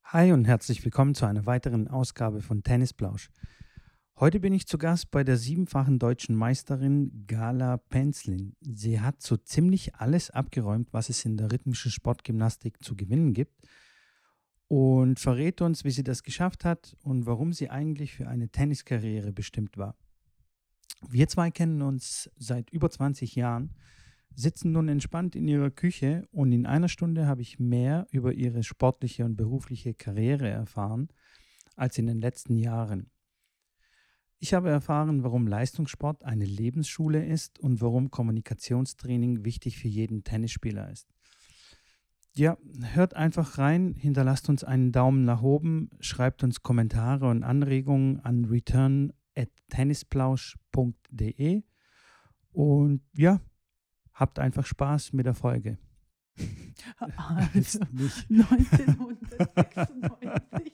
Hi und herzlich willkommen zu einer weiteren Ausgabe von Tennisplausch. Heute bin ich zu Gast bei der siebenfachen deutschen Meisterin Gala Penzlin. Sie hat so ziemlich alles abgeräumt, was es in der rhythmischen Sportgymnastik zu gewinnen gibt und verrät uns, wie sie das geschafft hat und warum sie eigentlich für eine Tenniskarriere bestimmt war. Wir zwei kennen uns seit über 20 Jahren, sitzen nun entspannt in ihrer Küche und in einer Stunde habe ich mehr über ihre sportliche und berufliche Karriere erfahren als in den letzten Jahren. Ich habe erfahren, warum Leistungssport eine Lebensschule ist und warum Kommunikationstraining wichtig für jeden Tennisspieler ist. Ja, hört einfach rein, hinterlasst uns einen Daumen nach oben, schreibt uns Kommentare und Anregungen an return@tennisplausch.de und ja, habt einfach Spaß mit der Folge. Also Nicht. 1996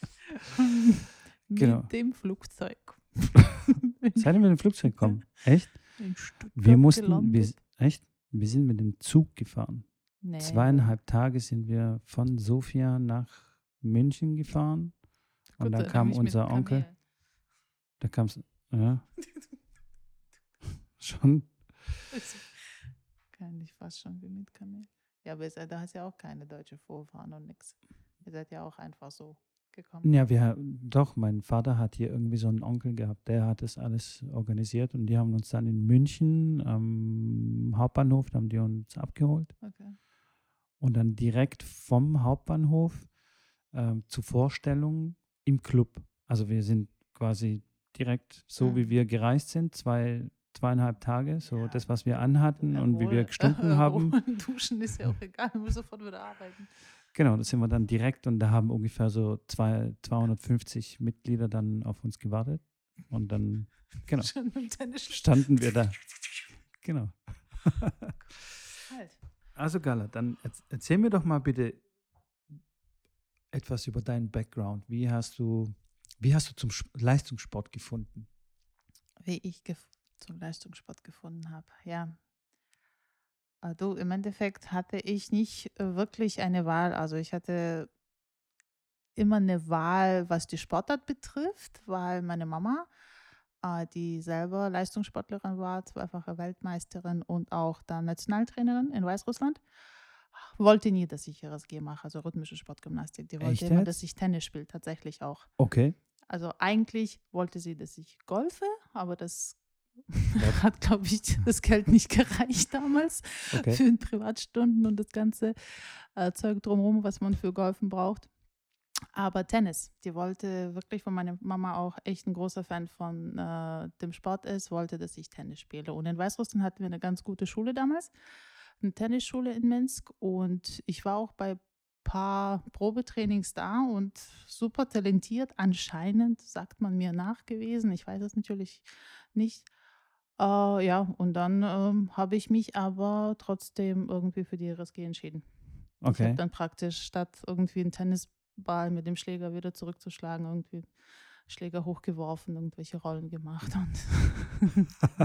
Genau. mit dem Flugzeug. Seid ihr mit dem Flugzeug gekommen? Echt? In Stuttgart Wir gelandet. sind mit dem Zug gefahren. Nee. 2,5 Tage sind wir von Sofia nach München gefahren. Und dann kam unser Onkel. Da kam es, ja. Schon. Kann ich fast schon wie mit Kamel. Ja, aber da hast ja auch keine deutsche Vorfahren und nichts. Ihr seid ja auch einfach so gekommen. Ja, doch, mein Vater hat hier irgendwie so einen Onkel gehabt, der hat das alles organisiert und die haben uns dann in München am Hauptbahnhof, da haben die uns abgeholt. Okay. Und dann direkt vom Hauptbahnhof zur Vorstellung im Club. Also wir sind quasi direkt so, wie wir gereist sind, 2,5 Tage, so Ja, das, was wir anhatten und wie wir gestunken haben. Duschen ist ja auch egal, wir müssen sofort wieder arbeiten. Genau, da sind wir dann direkt und da haben ungefähr so 250 Mitglieder dann auf uns gewartet. Und dann, genau, Schon im Tennis. standen wir da. Genau. Halt. Also Gala, dann erzähl mir doch mal bitte etwas über deinen Background. Wie hast du zum Leistungssport gefunden? Wie ich zum Leistungssport gefunden habe, ja. Du, im Endeffekt hatte ich nicht wirklich eine Wahl. Also ich hatte immer eine Wahl, was die Sportart betrifft, weil meine Mama, die selber Leistungssportlerin war, zweifache Weltmeisterin und auch dann Nationaltrainerin in Weißrussland, wollte nie, dass ich RSG mache, also rhythmische Sportgymnastik. Die wollte Echt immer, jetzt? dass ich Tennis spiele, tatsächlich auch. Okay. Also eigentlich wollte sie, dass ich golfe, aber das hat, glaube ich, das Geld nicht gereicht damals für den Privatstunden und das ganze Zeug drumherum, was man für Golfen braucht. Aber Tennis, die wollte wirklich, von meiner Mama auch echt ein großer Fan von dem Sport ist, wollte, dass ich Tennis spiele. Und in Weißrussland hatten wir eine ganz gute Schule damals, eine Tennisschule in Minsk. Und ich war auch bei paar Probetrainings da und super talentiert, anscheinend, sagt man mir nach gewesen. Ich weiß es natürlich nicht. Ja, und dann habe ich mich aber trotzdem irgendwie für die RSG entschieden. Ich habe Okay. dann praktisch statt irgendwie einen Tennisball mit dem Schläger wieder zurückzuschlagen, irgendwie Schläger hochgeworfen, irgendwelche Rollen gemacht und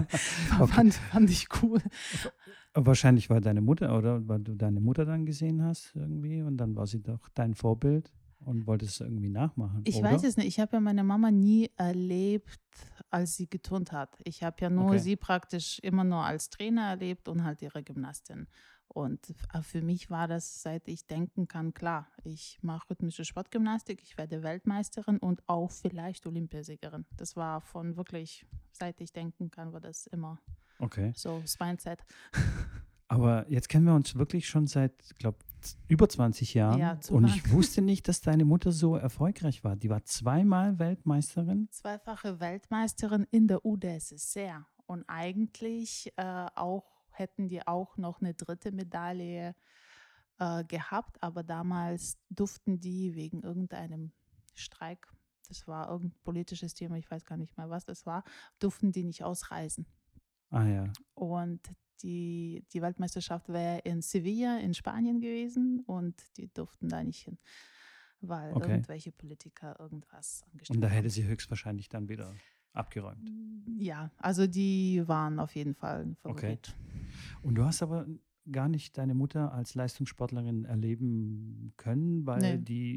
fand ich cool. Wahrscheinlich war deine Mutter, oder? Weil du deine Mutter dann gesehen hast irgendwie und dann war sie doch dein Vorbild und wolltest es irgendwie nachmachen, Ich oder? weiß es nicht. Ich habe ja meine Mama nie erlebt, als sie geturnt hat. Ich habe ja nur Okay. sie praktisch immer nur als Trainer erlebt und halt ihre Gymnastin. Und für mich war das, seit ich denken kann, klar, ich mache rhythmische Sportgymnastik, ich werde Weltmeisterin und auch vielleicht Olympiasiegerin. Das war von wirklich, seit ich denken kann, war das immer Okay. so das Mindset. Aber jetzt kennen wir uns wirklich schon seit, glaube über 20 Jahren. Ja, zu und lang. ich wusste nicht, dass deine Mutter so erfolgreich war. Die war 2-mal Weltmeisterin. Zweifache Weltmeisterin in der UdSSR. Und eigentlich hätten die auch noch eine dritte Medaille gehabt, aber damals durften die wegen irgendeinem Streik, das war irgendein politisches Thema, ich weiß gar nicht mehr, was das war, durften die nicht ausreisen. Ah ja. Und die Weltmeisterschaft wäre in Sevilla in Spanien gewesen und die durften da nicht hin, weil irgendwelche Politiker irgendwas angestellt Und da hätte haben. sie höchstwahrscheinlich dann wieder abgeräumt. Ja, also die waren auf jeden Fall ein Favorit. Und du hast aber gar nicht deine Mutter als Leistungssportlerin erleben können, weil Nee. die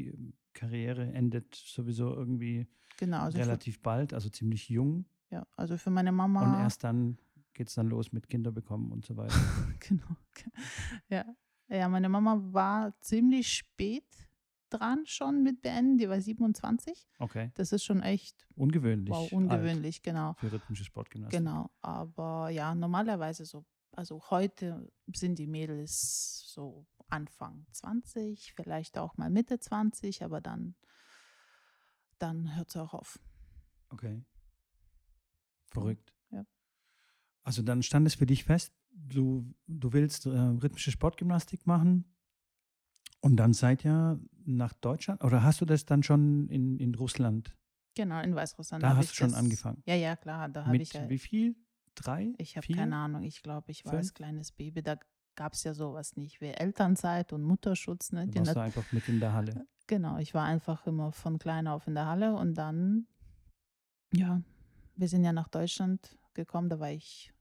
Karriere endet sowieso irgendwie Genau, also relativ bald, also ziemlich jung. Ja, also für meine Mama. Und erst dann geht es dann los mit Kinder bekommen und so weiter. Genau. Ja. Ja, meine Mama war ziemlich spät dran schon mit Beenden. Die war 27. Okay. Das ist schon echt ungewöhnlich. Ungewöhnlich, alt genau. Für rhythmische Sportgymnastik. Genau, aber ja, normalerweise so. Also heute sind die Mädels so Anfang 20, vielleicht auch mal Mitte 20, aber dann hört es auch auf. Okay. Verrückt. Ja. Also dann stand es für dich fest, du willst rhythmische Sportgymnastik machen und dann seid ihr nach Deutschland, oder hast du das dann schon in Russland? Genau, in Weißrussland. Da hast du schon angefangen? Ja, klar. Da habe ich Mit wie viel? 3? Ich habe 4? keine Ahnung. Ich glaube, ich war 5? als kleines Baby. Da gab es ja sowas nicht wie Elternzeit und Mutterschutz. Ne? Da warst du einfach mit in der Halle. Genau, ich war einfach immer von klein auf in der Halle und dann, ja, wir sind ja nach Deutschland gekommen, da war ich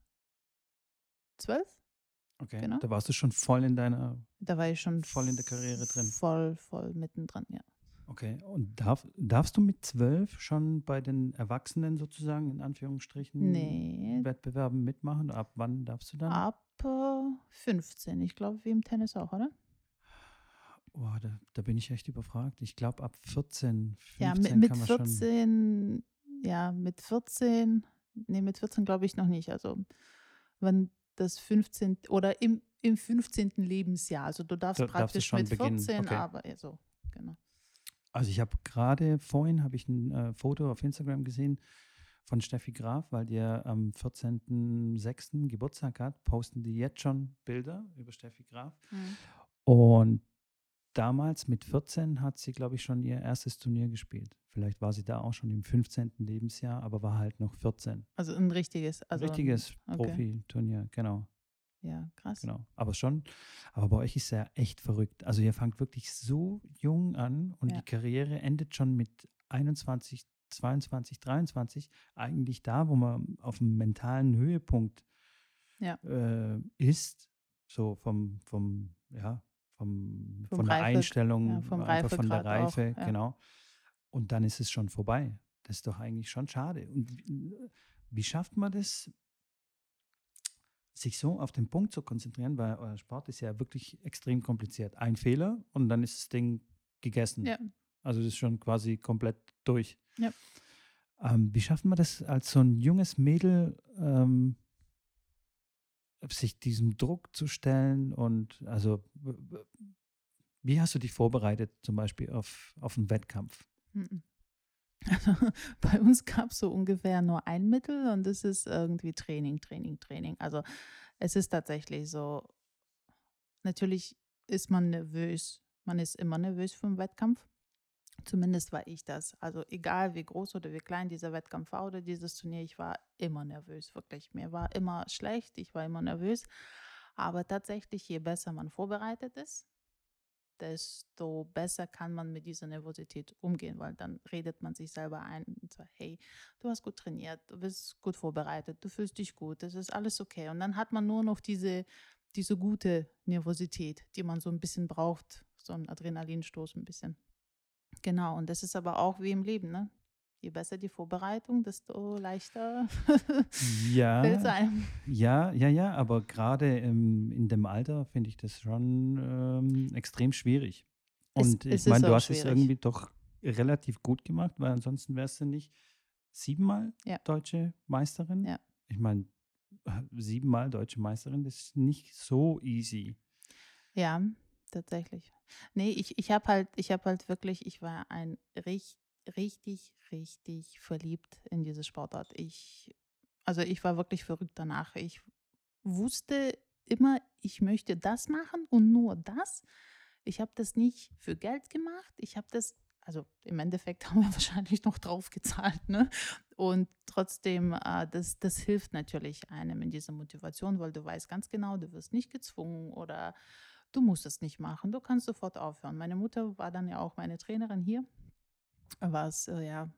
12. Okay, genau. Da warst du schon voll in deiner, Da war ich schon voll in der Karriere drin. Voll mittendrin, ja. Okay, und darfst du mit 12 schon bei den Erwachsenen sozusagen, in Anführungsstrichen, Nee. Wettbewerben mitmachen? Ab wann darfst du dann? Ab 15, ich glaube, wie im Tennis auch, oder? Oh, da bin ich echt überfragt. Ich glaube, ab 14, 15 ja, mit kann man 14, schon. Ja, mit 14, nee, mit 14 glaube ich noch nicht. Also, wenn das 15. oder im 15. Lebensjahr, also du darfst praktisch mit 14, okay. aber ja, so, genau. Also ich habe vorhin ein Foto auf Instagram gesehen von Steffi Graf, weil die ja am 14.06. Geburtstag hat, posten die jetzt schon Bilder über Steffi Graf. Und damals mit 14 hat sie, glaube ich, schon ihr erstes Turnier gespielt. Vielleicht war sie da auch schon im 15. Lebensjahr, aber war halt noch 14. Also ein richtiges. Profiturnier, genau. Ja, krass. Genau. Aber bei euch ist ja echt verrückt. Also ihr fangt wirklich so jung an und die Karriere endet schon mit 21, 22, 23. Eigentlich da, wo man auf dem mentalen Höhepunkt ist, so von der Einstellung, einfach von der Reife, auch, genau. Und dann ist es schon vorbei. Das ist doch eigentlich schon schade. Und wie schafft man das, sich so auf den Punkt zu konzentrieren, weil euer Sport ist ja wirklich extrem kompliziert. Ein Fehler und dann ist das Ding gegessen. Ja. Also das ist schon quasi komplett durch. Ja. Wie schafft man das als so ein junges Mädel, sich diesem Druck zu stellen? Und also wie hast du dich vorbereitet zum Beispiel auf einen Wettkampf? Also bei uns gab es so ungefähr nur ein Mittel und das ist irgendwie Training. Also es ist tatsächlich so, natürlich ist man nervös. Man ist immer nervös vor dem Wettkampf. Zumindest war ich das. Also egal wie groß oder wie klein dieser Wettkampf war oder dieses Turnier, ich war immer nervös, wirklich. Mir war immer schlecht, ich war immer nervös. Aber tatsächlich, je besser man vorbereitet ist, desto besser kann man mit dieser Nervosität umgehen, weil dann redet man sich selber ein und sagt, hey, du hast gut trainiert, du bist gut vorbereitet, du fühlst dich gut, das ist alles okay. Und dann hat man nur noch diese gute Nervosität, die man so ein bisschen braucht, so einen Adrenalinstoß ein bisschen. Genau, und das ist aber auch wie im Leben, ne? Je besser die Vorbereitung, desto leichter fällt es einem. Ja, aber gerade in dem Alter finde ich das schon extrem schwierig. Und ich meine, du hast es irgendwie doch relativ gut gemacht, weil ansonsten wärst du nicht 7-mal deutsche Meisterin. Ja. Ich meine, 7-mal deutsche Meisterin, das ist nicht so easy. Ja, tatsächlich. Nee, ich habe halt wirklich, ich war richtig verliebt in diese Sportart. Ich war wirklich verrückt danach. Ich wusste immer, ich möchte das machen und nur das. Ich habe das nicht für Geld gemacht. Ich habe das, also im Endeffekt haben wir wahrscheinlich noch drauf gezahlt, ne? Und trotzdem, das hilft natürlich einem in dieser Motivation, weil du weißt ganz genau, du wirst nicht gezwungen oder du musst es nicht machen, du kannst sofort aufhören. Meine Mutter war dann ja auch meine Trainerin hier, was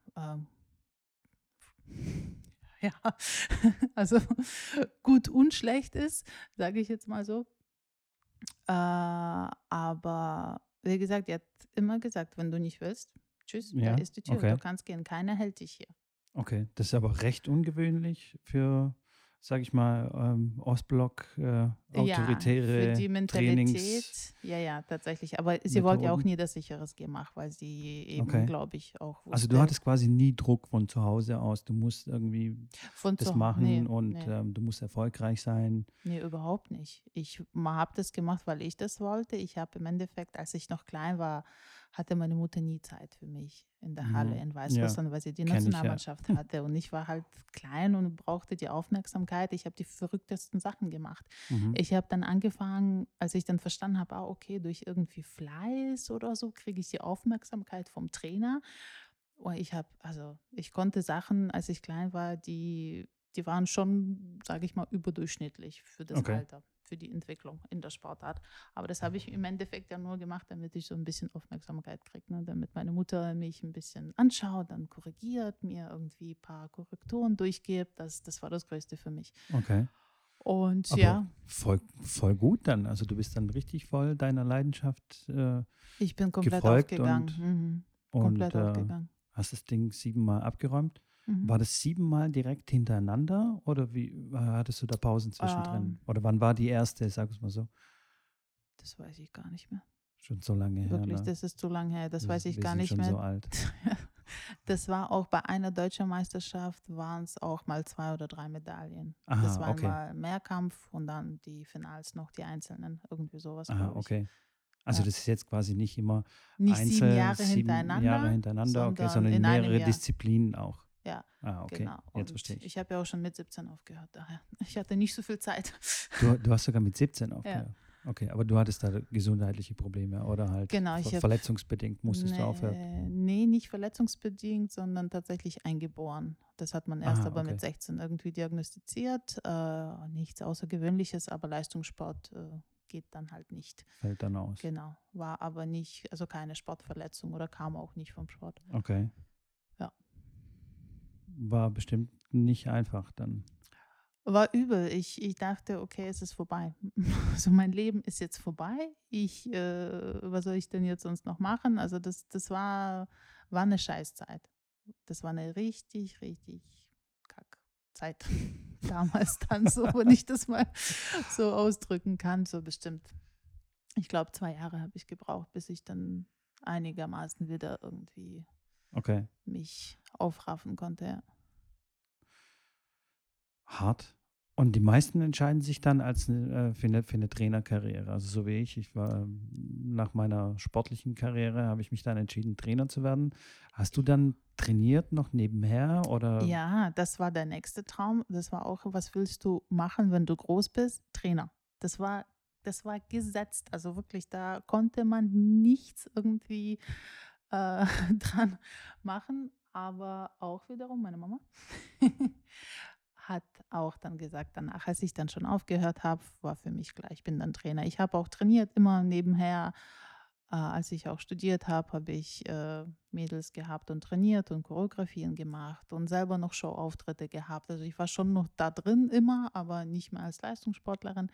also gut und schlecht ist, sage ich jetzt mal so. Aber wie gesagt, die hat immer gesagt, wenn du nicht willst, tschüss, da Ja, ist die Tür, okay. du kannst gehen, keiner hält dich hier. Okay, das ist aber recht ungewöhnlich für, sage ich mal, Ostblock, Ja, für autoritäre die Trainingsmethoden. Mentalität, ja, tatsächlich. Aber sie wollte ja auch nie, dass ich RSG mache, weil sie eben, Okay. glaube ich, auch Also du wusste, hattest quasi nie Druck von zu Hause aus. Du musst irgendwie von das zu, machen nee, und nee. du musst erfolgreich sein. Nee, überhaupt nicht. Ich habe das gemacht, weil ich das wollte. Ich habe im Endeffekt, als ich noch klein war, hatte meine Mutter nie Zeit für mich in der Halle Mhm. in Ja, Weißrussland, weil sie die kenne ich ja. Nationalmannschaft hatte. Und ich war halt klein und brauchte die Aufmerksamkeit. Ich habe die verrücktesten Sachen gemacht. Mhm. Ich habe dann angefangen, als ich dann verstanden habe, okay, durch irgendwie Fleiß oder so kriege ich die Aufmerksamkeit vom Trainer. Und ich konnte Sachen, als ich klein war, die waren schon, sage ich mal, überdurchschnittlich für das Okay. Alter, für die Entwicklung in der Sportart. Aber das habe ich im Endeffekt ja nur gemacht, damit ich so ein bisschen Aufmerksamkeit kriege, ne? Damit meine Mutter mich ein bisschen anschaut, dann korrigiert, mir irgendwie ein paar Korrekturen durchgibt. Das war das Größte für mich. Okay. Und Aber ja, voll gut dann. Also du bist dann richtig voll deiner Leidenschaft ich bin komplett gefolgt aufgegangen. und Komplett aufgegangen. hast das Ding 7-mal abgeräumt. Mhm. War das 7-mal direkt hintereinander oder wie hattest du da Pausen zwischendrin? Ähm, Oder wann war die erste, sag es mal so? Das weiß ich gar nicht mehr. Schon so lange her, Wirklich, ne? das ist zu lange her. Das weiß ich Wir gar sind nicht schon mehr. so alt. Das war auch bei einer deutschen Meisterschaft, waren es auch mal 2 oder 3 Medaillen. Das Aha, war okay. einmal Mehrkampf und dann die Finals noch, die einzelnen. Irgendwie sowas, Aha, glaube ich. okay. Also Ja. das ist jetzt quasi nicht immer Nicht 7 Jahre 7 Jahre hintereinander, hintereinander, okay, sondern sondern in in einem mehrere Jahr. Disziplinen auch. Ja, Ah, okay, genau. jetzt Und verstehe ich. ich habe ja auch schon mit 17 aufgehört, daher. Ich hatte nicht so viel Zeit. Du hast sogar mit 17 Ja. aufgehört. Okay, aber du hattest da gesundheitliche Probleme oder halt Genau, ich habe verletzungsbedingt musstest du aufhören. nee, nicht verletzungsbedingt, sondern tatsächlich eingeboren. Das hat man erst Aha, aber okay. mit 16 irgendwie diagnostiziert. Nichts Außergewöhnliches, aber Leistungssport geht dann halt nicht. Fällt dann aus. Genau, war aber nicht, also keine Sportverletzung oder kam auch nicht vom Sport. Okay. Ja. War bestimmt nicht einfach dann. War übel. Ich dachte, okay, es ist vorbei. Also mein Leben ist jetzt vorbei. Was soll ich denn jetzt sonst noch machen? Also das war eine Scheißzeit. Das war eine richtig, richtig Kackzeit. Damals dann so, wenn ich das mal so ausdrücken kann, so bestimmt. Ich glaube, 2 Jahre habe ich gebraucht, bis ich dann einigermaßen wieder irgendwie Okay. mich aufraffen konnte. Ja. Hart. Und die meisten entscheiden sich dann für eine Trainerkarriere. Also so wie ich. Ich war nach meiner sportlichen Karriere, habe ich mich dann entschieden, Trainer zu werden. Hast du dann trainiert noch nebenher oder? Ja, das war der nächste Traum. Das war auch, was willst du machen, wenn du groß bist? Trainer. Das war gesetzt. Also wirklich, da konnte man nichts irgendwie dran machen. Aber auch wiederum meine Mama hat auch dann gesagt, danach, als ich dann schon aufgehört habe, war für mich klar, ich bin dann Trainer. Ich habe auch trainiert, immer nebenher. Als ich auch studiert habe, habe ich Mädels gehabt und trainiert und Choreografien gemacht und selber noch Showauftritte gehabt. Also ich war schon noch da drin immer, aber nicht mehr als Leistungssportlerin.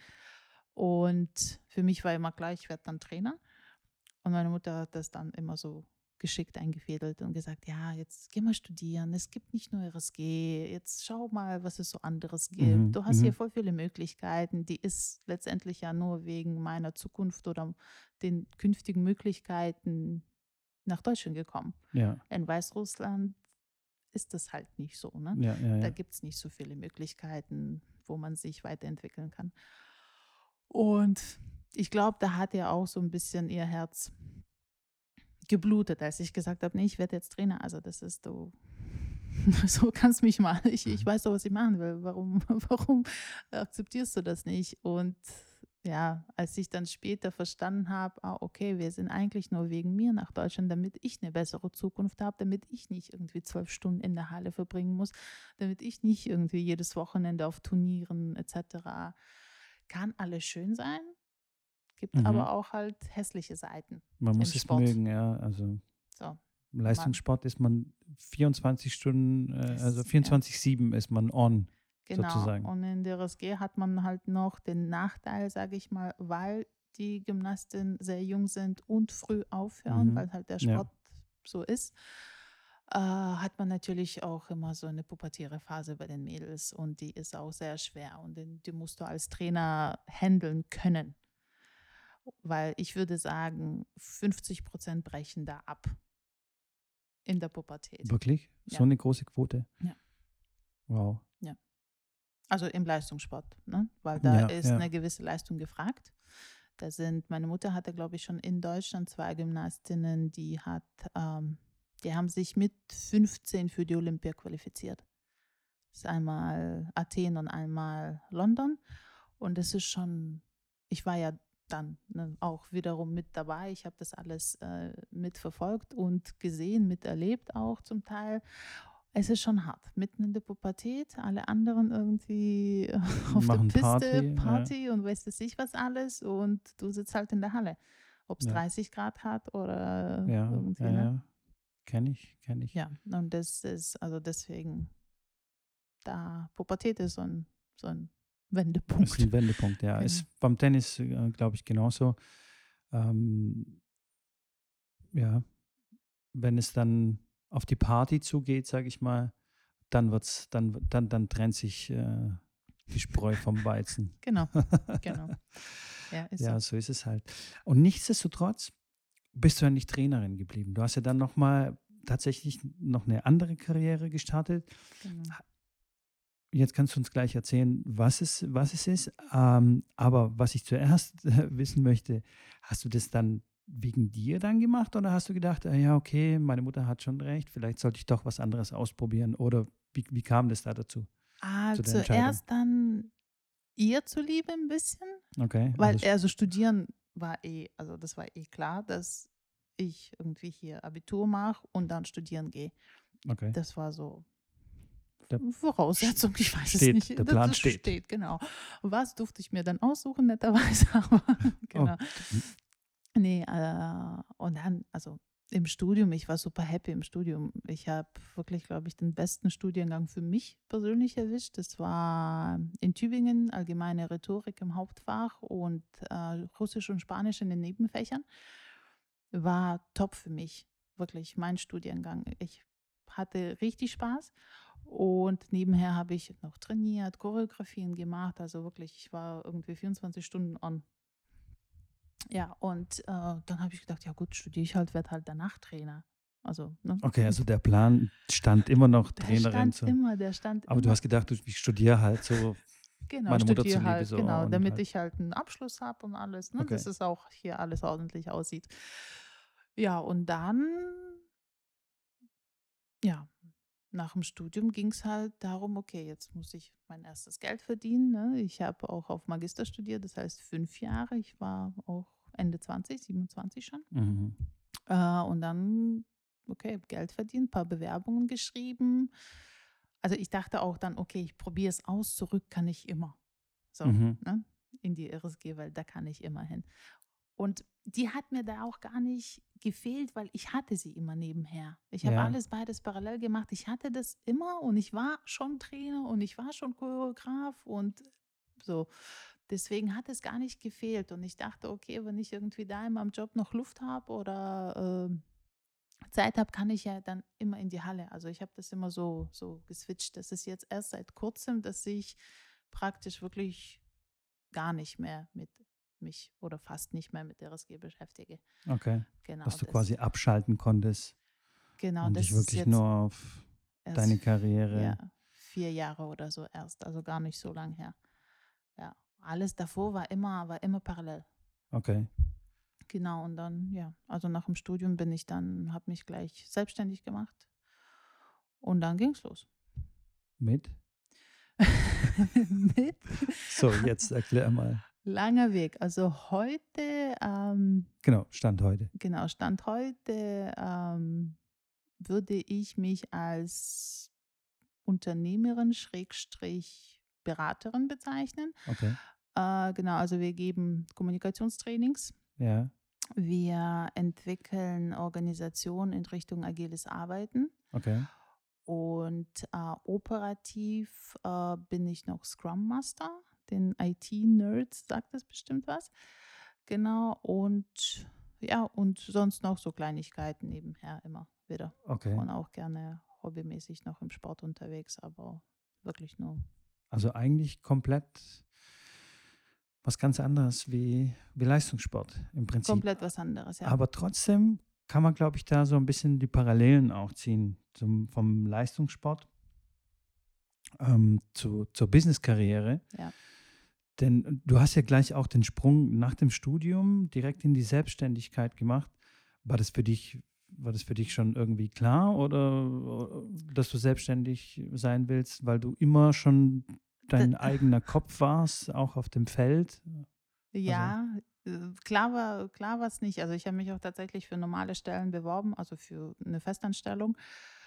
Und für mich war immer klar, ich werde dann Trainer. Und meine Mutter hat das dann immer so geschickt eingefädelt und gesagt, ja, jetzt geh mal studieren, es gibt nicht nur RSG, jetzt schau mal, was es so anderes gibt. Du hast hier voll viele Möglichkeiten, die ist letztendlich ja nur wegen meiner Zukunft oder den künftigen Möglichkeiten nach Deutschland gekommen. Ja. In Weißrussland ist das halt nicht so, ne? Ja. Da gibt es nicht so viele Möglichkeiten, wo man sich weiterentwickeln kann. Und ich glaube, da hat ja auch so ein bisschen ihr Herz geblutet, als ich gesagt habe, nee, ich werde jetzt Trainer. Also das ist so kannst mich mal. Ich weiß doch, was ich machen will. Warum akzeptierst du das nicht? Und ja, als ich dann später verstanden habe, okay, wir sind eigentlich nur wegen mir nach Deutschland, damit ich eine bessere Zukunft habe, damit ich nicht irgendwie 12 Stunden in der Halle verbringen muss, damit ich nicht irgendwie jedes Wochenende auf Turnieren etc. Kann alles schön sein, gibt aber auch halt hässliche Seiten. Man muss im es Sport. mögen, ja. Also So, im Leistungssport ist man 24 Stunden, also 24/7 ist man on, genau. sozusagen. Und in der RSG hat man halt noch den Nachteil, sage ich mal, weil die Gymnastinnen sehr jung sind und früh aufhören, weil halt der Sport so ist, hat man natürlich auch immer so eine pubertäre Phase bei den Mädels und die ist auch sehr schwer und die musst du als Trainer handeln können, weil ich würde sagen, 50% brechen da ab in der Pubertät. Wirklich? So eine große Quote? Ja. Wow. Ja. Also im Leistungssport, ne? Weil da ist eine gewisse Leistung gefragt. Meine Mutter hatte, glaube ich, schon in Deutschland 2 Gymnastinnen, die haben sich mit 15 für die Olympia qualifiziert. Das ist einmal Athen und einmal London. Und das ist schon, ich war ja dann auch wiederum mit dabei. Ich habe das alles mitverfolgt und gesehen, miterlebt auch zum Teil. Es ist schon hart. Mitten in der Pubertät, alle anderen irgendwie auf der Piste, Party und weiß ich was alles. Und du sitzt halt in der Halle. Ob es 30 Grad hat oder irgendwie. Ja. Kenn ich. Ja, und das ist, also deswegen, Pubertät ist so ein Wendepunkt. Das ist ein Wendepunkt, ja. Genau. Ist beim Tennis, glaube ich, genauso. Wenn es dann auf die Party zugeht, sage ich mal, dann trennt sich die Spreu vom Weizen. Genau. Ja, so ist es halt. Und nichtsdestotrotz bist du ja nicht Trainerin geblieben. Du hast ja dann tatsächlich noch eine andere Karriere gestartet. Genau. Jetzt kannst du uns gleich erzählen, was es ist. Aber was ich zuerst wissen möchte, hast du das dann wegen dir dann gemacht oder hast du gedacht, ja, okay, meine Mutter hat schon recht, vielleicht sollte ich doch was anderes ausprobieren? Oder wie kam das da dazu? Zuerst dann ihr zuliebe ein bisschen. Okay. Weil also studieren war das war klar, dass ich irgendwie hier Abitur mache und dann studieren gehe. Okay. Das war so Voraussetzung, ich weiß es nicht. Der Plan steht. Genau. Was durfte ich mir dann aussuchen, netterweise, aber genau. Nee, und dann, also im Studium, ich war super happy im Studium. Ich habe wirklich, glaube ich, den besten Studiengang für mich persönlich erwischt. Das war in Tübingen allgemeine Rhetorik im Hauptfach und Russisch und Spanisch in den Nebenfächern. War top für mich, wirklich mein Studiengang. Ich hatte richtig Spaß und nebenher habe ich noch trainiert, Choreografien gemacht. Also wirklich, ich war irgendwie 24 Stunden on. Ja, und dann habe ich gedacht, ja gut, studiere ich halt, werde halt danach Trainer. Also, ne? Okay, also der Plan stand immer noch, Trainerin zu. Der stand aber du hast gedacht, ich studiere halt so. Genau, meine Mutter zuliebe halt, so. Genau, damit halt. Ich halt einen Abschluss habe und alles, ne? Okay. Dass es auch hier alles ordentlich aussieht. Ja, und dann, nach dem Studium ging es halt darum, okay, jetzt muss ich mein erstes Geld verdienen. Ne? Ich habe auch auf Magister studiert, das heißt 5 Jahre. Ich war auch Ende 20, 27 schon. Mhm. Und dann, okay, Geld verdient, ein paar Bewerbungen geschrieben. Also ich dachte auch dann, okay, ich probiere es aus, zurück kann ich immer. So, ne? In die RSG, weil da kann ich immer hin. Und die hat mir da auch gar nicht gefehlt, weil ich hatte sie immer nebenher. Ich habe beides parallel gemacht. Ich hatte das immer und ich war schon Trainer und ich war schon Choreograf und so. Deswegen hat es gar nicht gefehlt. Und ich dachte, okay, wenn ich irgendwie da in meinem Job noch Luft habe oder Zeit habe, kann ich ja dann immer in die Halle. Also ich habe das immer so geswitcht. Das ist jetzt erst seit kurzem, dass ich praktisch wirklich gar nicht mehr mit mich oder fast nicht mehr mit der RSG beschäftige. Okay, genau, dass du quasi abschalten konntest. Genau. Und dich wirklich nur auf deine Karriere. Ja, 4 Jahre oder so erst, also gar nicht so lang her. Ja, alles davor war immer parallel. Okay. Genau, und dann, also nach dem Studium habe mich gleich selbstständig gemacht und dann ging es los. Mit? So, jetzt erklär mal. Langer Weg. Also heute. Stand heute. Genau, Stand heute würde ich mich als Unternehmerin / Beraterin bezeichnen. Okay. Genau, also wir geben Kommunikationstrainings. Ja. Wir entwickeln Organisationen in Richtung agiles Arbeiten. Okay. Und operativ bin ich noch Scrum Master. Den IT-Nerds sagt das bestimmt was. Genau, und ja, und sonst noch so Kleinigkeiten nebenher immer wieder. Okay. Und auch gerne hobbymäßig noch im Sport unterwegs, aber wirklich nur. Also eigentlich komplett was ganz anderes wie Leistungssport im Prinzip. Komplett was anderes, ja. Aber trotzdem kann man, glaube ich, da so ein bisschen die Parallelen auch ziehen vom Leistungssport zur Business-Karriere. Ja. Denn du hast ja gleich auch den Sprung nach dem Studium direkt in die Selbstständigkeit gemacht. War das für dich schon irgendwie klar oder dass du selbstständig sein willst, weil du immer schon dein eigener Kopf warst, auch auf dem Feld? Ja, klar war es nicht. Also ich habe mich auch tatsächlich für normale Stellen beworben, also für eine Festanstellung.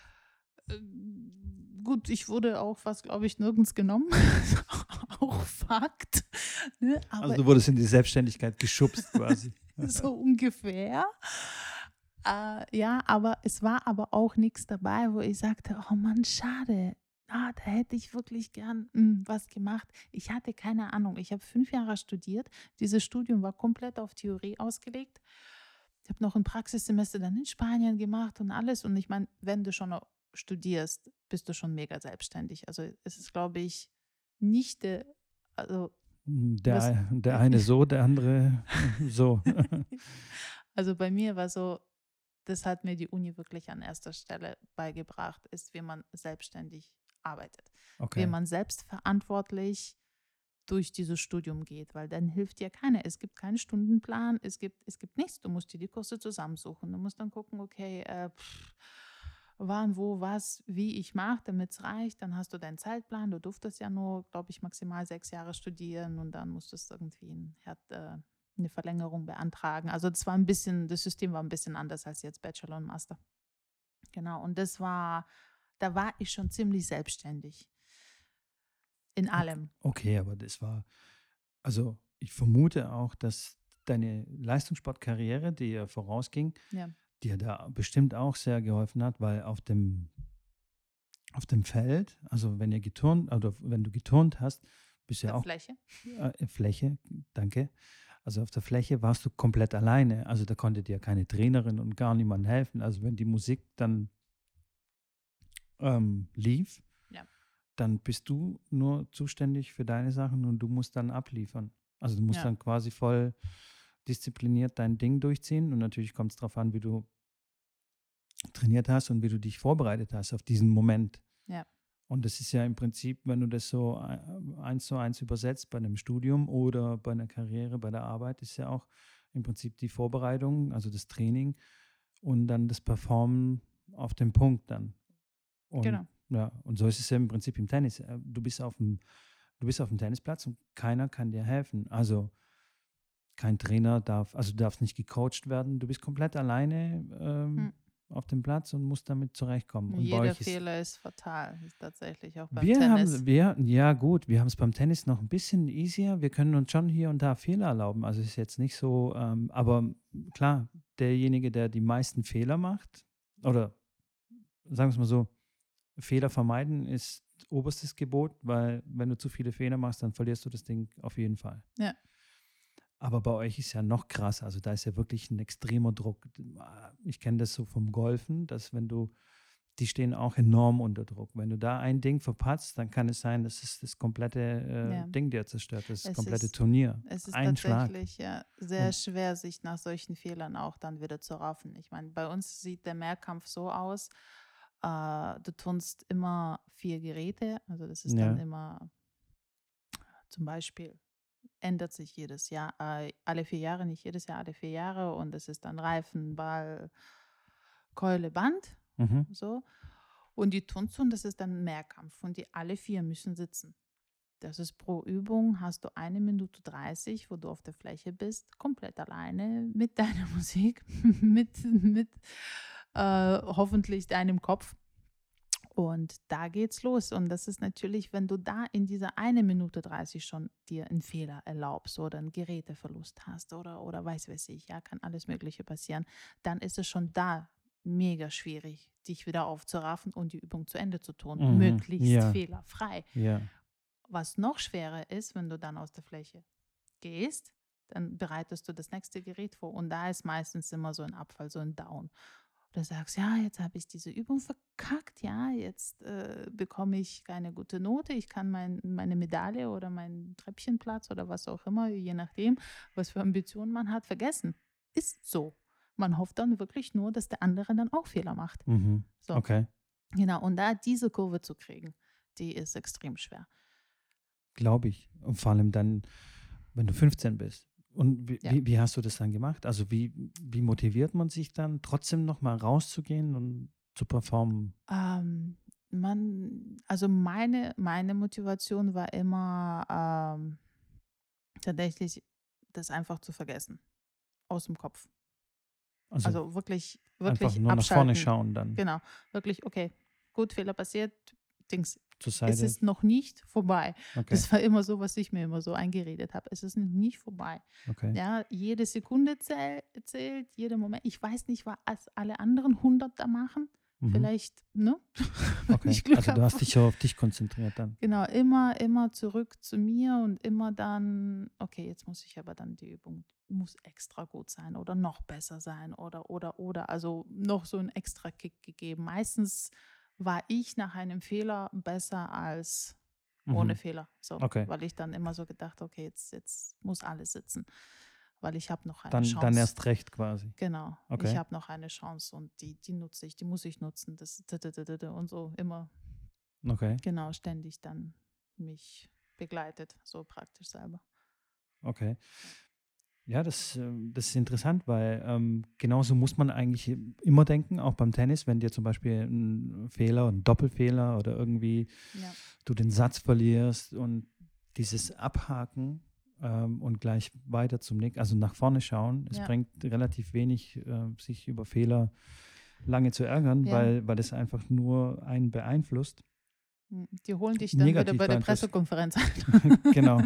Gut, ich wurde auch fast, glaube ich, nirgends genommen. Auch Fakt. Ne? Also Aber du wurdest in die Selbstständigkeit geschubst quasi. so ungefähr. Ja, aber es war aber auch nichts dabei, wo ich sagte, oh Mann, schade. Da hätte ich wirklich gern was gemacht. Ich hatte keine Ahnung. Ich habe 5 Jahre studiert. Dieses Studium war komplett auf Theorie ausgelegt. Ich habe noch ein Praxissemester dann in Spanien gemacht und alles. Und ich meine, wenn du schon studierst, bist du schon mega selbstständig. Also es ist, glaube ich, nicht also Der eine so, der andere so. Also bei mir war so, das hat mir die Uni wirklich an erster Stelle beigebracht, ist, wie man selbstständig arbeitet, wie Okay. man selbstverantwortlich durch dieses Studium geht, weil dann hilft dir keiner. Es gibt keinen Stundenplan, es gibt nichts. Du musst dir die Kurse zusammensuchen. Du musst dann gucken, okay, wann, wo, was, wie ich mache, damit es reicht. Dann hast du deinen Zeitplan. Du durftest ja nur, glaube ich, maximal 6 Jahre studieren und dann musstest du irgendwie eine Verlängerung beantragen. Also das System war ein bisschen anders als jetzt Bachelor und Master. Genau, und da war ich schon ziemlich selbstständig in allem. Okay, aber also ich vermute auch, dass deine Leistungssportkarriere, die ja vorausging, Ja. dir da bestimmt auch sehr geholfen hat, weil auf dem Feld, also wenn du geturnt hast, bist du ja auch Fläche. Fläche, danke. Also auf der Fläche warst du komplett alleine. Also da konnte dir keine Trainerin und gar niemand helfen. Also wenn die Musik dann lief, Ja. dann bist du nur zuständig für deine Sachen und du musst dann abliefern. Also du musst Ja. dann quasi voll diszipliniert dein Ding durchziehen und natürlich kommt es darauf an, wie du trainiert hast und wie du dich vorbereitet hast auf diesen Moment. Ja. Und das ist ja im Prinzip, wenn du das so 1:1 übersetzt bei einem Studium oder bei einer Karriere, bei der Arbeit, ist ja auch im Prinzip die Vorbereitung, also das Training und dann das Performen auf dem Punkt dann. Und Genau. ja, und so ist es ja im Prinzip im Tennis. Du bist auf dem Tennisplatz und keiner kann dir helfen. Also kein Trainer du darfst nicht gecoacht werden. Du bist komplett alleine auf dem Platz und musst damit zurechtkommen. Und bei Jeder euch Fehler ist fatal, ist tatsächlich auch beim Tennis. ja gut, wir haben es beim Tennis noch ein bisschen easier. Wir können uns schon hier und da Fehler erlauben. Also es ist jetzt nicht so, aber klar, derjenige, der die meisten Fehler macht, oder sagen wir es mal so, Fehler vermeiden ist oberstes Gebot, weil wenn du zu viele Fehler machst, dann verlierst du das Ding auf jeden Fall. Ja. Aber bei euch ist ja noch krasser. Also da ist ja wirklich ein extremer Druck. Ich kenne das so vom Golfen, dass die stehen auch enorm unter Druck. Wenn du da ein Ding verpatzt, dann kann es sein, dass es das komplette Ding dir zerstört, das komplette Turnier. Es ist Ein Schlag. tatsächlich sehr schwer, sich nach solchen Fehlern auch dann wieder zu raffen. Ich meine, bei uns sieht der Mehrkampf so aus, du turnst immer 4 Geräte, also das ist dann immer zum Beispiel, ändert sich jedes Jahr, alle 4 Jahre, nicht jedes Jahr, alle 4 Jahre und es ist dann Reifen, Ball, Keule, Band, so. Und die Turnzone, das ist dann ein Mehrkampf und die alle 4 müssen sitzen. Das ist pro Übung, hast du 1 Minute 30, wo du auf der Fläche bist, komplett alleine mit deiner Musik, mit hoffentlich deinem Kopf. Und da geht's los. Und das ist natürlich, wenn du da in dieser 1 Minute 30 schon dir einen Fehler erlaubst oder einen Geräteverlust hast oder weiß ich, ja, kann alles Mögliche passieren, dann ist es schon da mega schwierig, dich wieder aufzuraffen und die Übung zu Ende zu tun. Möglichst fehlerfrei. Ja. Was noch schwerer ist, wenn du dann aus der Fläche gehst dann bereitest du das nächste Gerät vor und da ist meistens immer so ein Abfall, so ein Down. Oder sagst, ja, jetzt habe ich diese Übung verkackt, ja, jetzt bekomme ich keine gute Note, ich kann meine Medaille oder meinen Treppchenplatz oder was auch immer, je nachdem, was für Ambitionen man hat, vergessen. Ist so. Man hofft dann wirklich nur, dass der andere dann auch Fehler macht. So. Okay. Genau, und da diese Kurve zu kriegen, die ist extrem schwer. Glaube ich. Und vor allem dann, wenn du 15 bist. Und wie hast du das dann gemacht? Also wie motiviert man sich dann, trotzdem nochmal rauszugehen und zu performen? Also meine Motivation war immer tatsächlich, das einfach zu vergessen. Aus dem Kopf. Also wirklich einfach nur abschalten. nach vorne schauen dann. Genau, wirklich, okay, gut, Fehler passiert, Zur Seite. es ist noch nicht vorbei. Okay. Das war immer so, was ich mir immer so eingeredet habe. Es ist noch nicht vorbei. Okay. Ja, jede Sekunde zählt, jeder Moment. Ich weiß nicht, was alle anderen 100 da machen. Vielleicht, ne? Okay. Also du hast dich so auf dich konzentriert dann. Genau, immer zurück zu mir und immer dann, okay, jetzt muss ich aber dann die Übung, muss extra gut sein oder noch besser sein oder. Also noch so einen extra Kick gegeben. Meistens war ich nach einem Fehler besser als ohne Fehler. So, okay. Weil ich dann immer so gedacht, okay, jetzt muss alles sitzen. Weil ich habe noch eine Chance. Dann erst recht quasi. Genau. Okay. Ich habe noch eine Chance und die nutze ich, die muss ich nutzen. Das und so immer. Okay. Genau, ständig dann mich begleitet, so praktisch selber. Okay. Ja, das ist interessant, weil genauso muss man eigentlich immer denken, auch beim Tennis, wenn dir zum Beispiel ein Fehler, ein Doppelfehler oder irgendwie du den Satz verlierst und dieses Abhaken und gleich weiter zum Nick, also nach vorne schauen. Es bringt relativ wenig, sich über Fehler lange zu ärgern, weil das einfach nur einen beeinflusst. Die holen dich dann wieder bei der Pressekonferenz ein. Genau.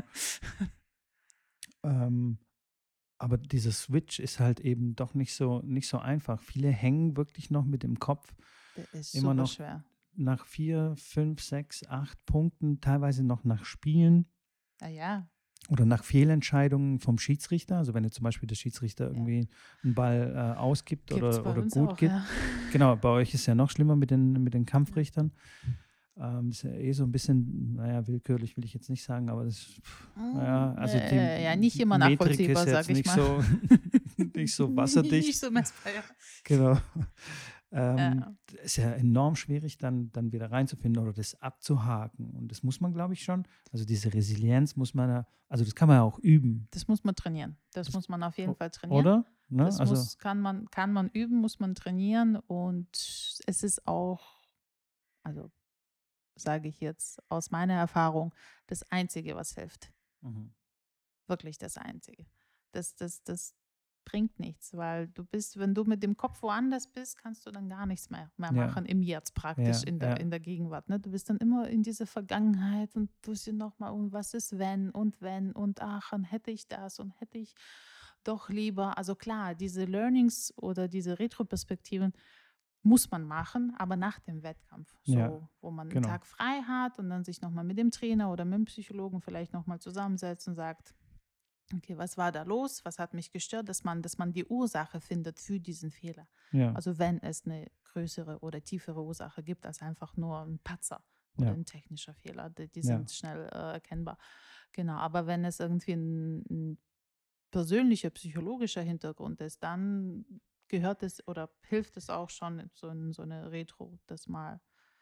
Aber dieser Switch ist halt eben doch nicht so einfach. Viele hängen wirklich noch mit dem Kopf. Der ist immer noch schwer. Nach 4, 5, 6, 8 Punkten, teilweise noch nach Spielen. Ja. Oder nach Fehlentscheidungen vom Schiedsrichter. Also wenn zum Beispiel der Schiedsrichter irgendwie einen Ball ausgibt oder gut auch, gibt. Ja. Genau, bei euch ist es ja noch schlimmer mit den Kampfrichtern. Das ist ja so ein bisschen, willkürlich will ich jetzt nicht sagen, aber das also die nicht immer Metrik nachvollziehbar, sage ich mal. So, nicht so wasserdicht. Nicht so messbar, ja. Genau. Ist ja enorm schwierig, dann wieder reinzufinden oder das abzuhaken. Und das muss man, glaube ich, schon. Also diese Resilienz muss man, also das kann man ja auch üben. Das muss man trainieren. Das muss man auf jeden Fall trainieren. Oder? Ne? Das kann man üben, muss man trainieren. Und es ist auch, also sage ich jetzt aus meiner Erfahrung, das Einzige, was hilft. Wirklich das Einzige. Das bringt nichts, weil wenn du mit dem Kopf woanders bist, kannst du dann gar nichts mehr machen im Jetzt praktisch, in der Gegenwart. Ne? Du bist dann immer in dieser Vergangenheit und tust dir nochmal, und was ist wenn und ach, dann hätte ich das und hätte ich doch lieber. Also klar, diese Learnings oder diese Retroperspektiven muss man machen, aber nach dem Wettkampf, wo man einen Tag frei hat und dann sich nochmal mit dem Trainer oder mit dem Psychologen vielleicht nochmal zusammensetzt und sagt, okay, was war da los? Was hat mich gestört? Dass man die Ursache findet für diesen Fehler. Ja. Also wenn es eine größere oder tiefere Ursache gibt als einfach nur ein Patzer oder ein technischer Fehler, die sind schnell erkennbar. Genau, aber wenn es irgendwie ein persönlicher, psychologischer Hintergrund ist, dann gehört es oder hilft es auch schon, so eine Retro, das mal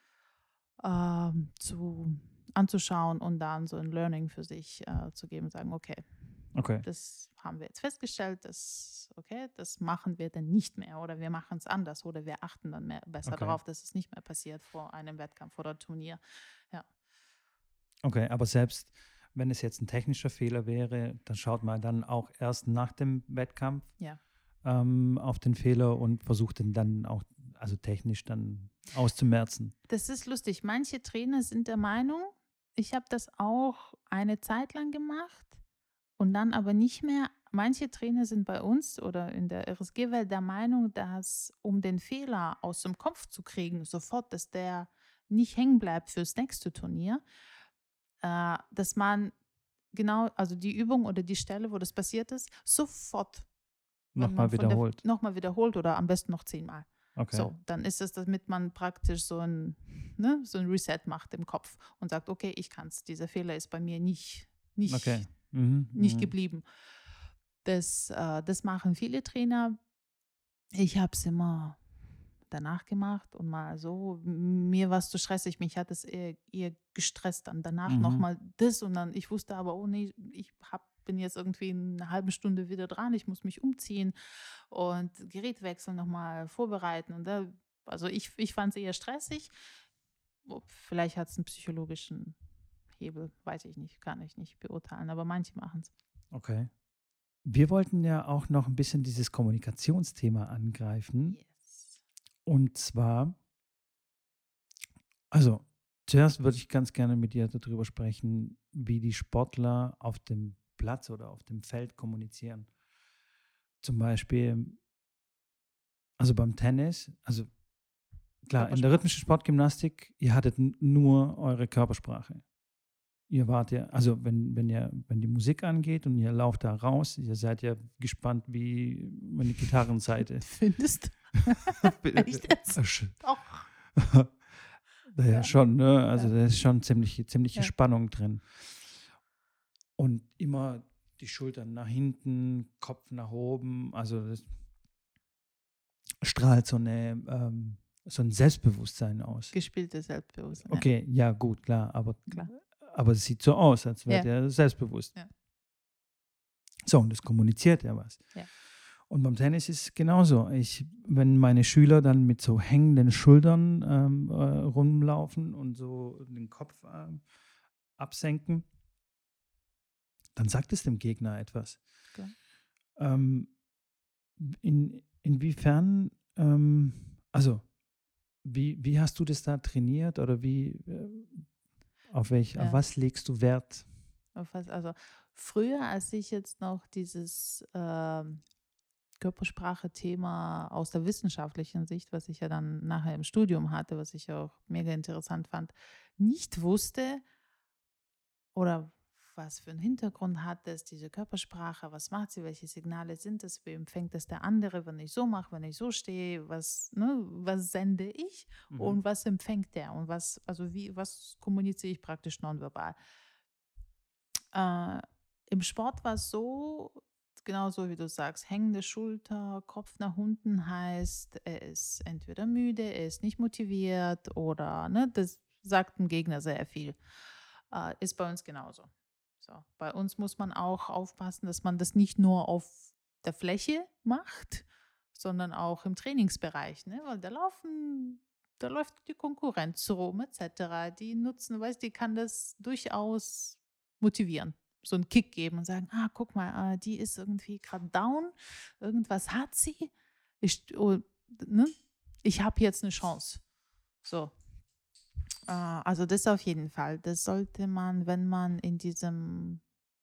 anzuschauen und dann so ein Learning für sich zu geben, sagen, okay, das haben wir jetzt festgestellt, das machen wir dann nicht mehr oder wir machen es anders oder wir achten dann besser darauf, dass es nicht mehr passiert vor einem Wettkampf oder Turnier. Ja. Okay, aber selbst wenn es jetzt ein technischer Fehler wäre, dann schaut man dann auch erst nach dem Wettkampf auf den Fehler und versucht den dann auch, also technisch dann auszumerzen. Das ist lustig. Manche Trainer sind der Meinung, ich habe das auch eine Zeit lang gemacht und dann aber nicht mehr. Manche Trainer sind bei uns oder in der RSG-Welt der Meinung, dass um den Fehler aus dem Kopf zu kriegen, sofort, dass der nicht hängen bleibt fürs nächste Turnier, dass man genau, also die Übung oder die Stelle, wo das passiert ist, sofort nochmal wiederholt. Nochmal wiederholt oder am besten noch 10-mal. Okay. So, dann ist es, damit man praktisch so ein Reset macht im Kopf und sagt, okay, ich kann es, dieser Fehler ist bei mir nicht geblieben. Das machen viele Trainer. Ich habe es immer danach gemacht und mal so, mir war es zu stressig, mich hat es eher gestresst, dann danach nochmal das und dann, ich wusste aber, oh nee, bin jetzt irgendwie in einer halben Stunde wieder dran, ich muss mich umziehen und Gerät wechseln, nochmal vorbereiten und also ich fand es eher stressig. Vielleicht hat es einen psychologischen Hebel, weiß ich nicht, kann ich nicht beurteilen, aber manche machen es. Okay. Wir wollten ja auch noch ein bisschen dieses Kommunikationsthema angreifen. Yes. Und zwar, also zuerst würde ich ganz gerne mit dir darüber sprechen, wie die Sportler auf dem Platz oder auf dem Feld kommunizieren. Zum Beispiel, also beim Tennis, also klar, in der rhythmischen Sportgymnastik, ihr hattet nur eure Körpersprache. Ihr wart ja, also wenn die Musik angeht und ihr lauft da raus, ihr seid ja gespannt wie eine Gitarrenseite. Findest? Echt jetzt? Doch. Ja, schon, ne? Also da ist schon ziemliche Spannung drin. Und immer die Schultern nach hinten, Kopf nach oben, also das strahlt so ein Selbstbewusstsein aus. Gespieltes Selbstbewusstsein. Okay, ja gut, klar, aber es sieht so aus, als wäre der selbstbewusst. Ja. So, und das kommuniziert ja was. Ja. Und beim Tennis ist es genauso. Wenn meine Schüler dann mit so hängenden Schultern rumlaufen und so den Kopf absenken, dann sagt es dem Gegner etwas. Okay. Inwiefern, also wie hast du das da trainiert oder auf was legst du Wert? Also früher, als ich jetzt noch dieses Körpersprache-Thema aus der wissenschaftlichen Sicht, was ich ja dann nachher im Studium hatte, was ich auch mega interessant fand, nicht wusste oder was für einen Hintergrund hat es, diese Körpersprache, was macht sie, welche Signale sind es, wie empfängt es der andere, wenn ich so mache, wenn ich so stehe, was sende ich und was empfängt der und was kommuniziere ich praktisch nonverbal. Im Sport war es so, genauso wie du sagst, hängende Schulter, Kopf nach unten heißt, er ist entweder müde, er ist nicht motiviert oder das sagt dem Gegner sehr viel. Ist bei uns genauso. So, bei uns muss man auch aufpassen, dass man das nicht nur auf der Fläche macht, sondern auch im Trainingsbereich, weil da läuft die Konkurrenz rum etc. Die die kann das durchaus motivieren, so einen Kick geben und sagen, guck mal, die ist irgendwie gerade down, irgendwas hat sie, ich habe jetzt eine Chance. So. Also das auf jeden Fall. Das sollte man, wenn man in diesem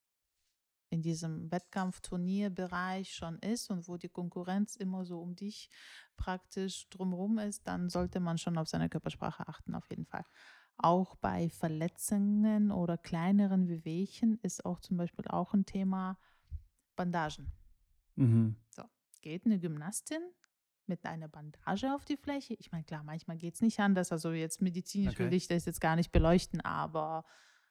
Wettkampfturnierbereich schon ist und wo die Konkurrenz immer so um dich praktisch drumherum ist, dann sollte man schon auf seine Körpersprache achten, auf jeden Fall. Auch bei Verletzungen oder kleineren Wehwehchen ist auch zum Beispiel auch ein Thema Bandagen. So, geht eine Gymnastin mit einer Bandage auf die Fläche? Ich meine, klar, manchmal geht es nicht anders. Also jetzt medizinisch will ich das jetzt gar nicht beleuchten, aber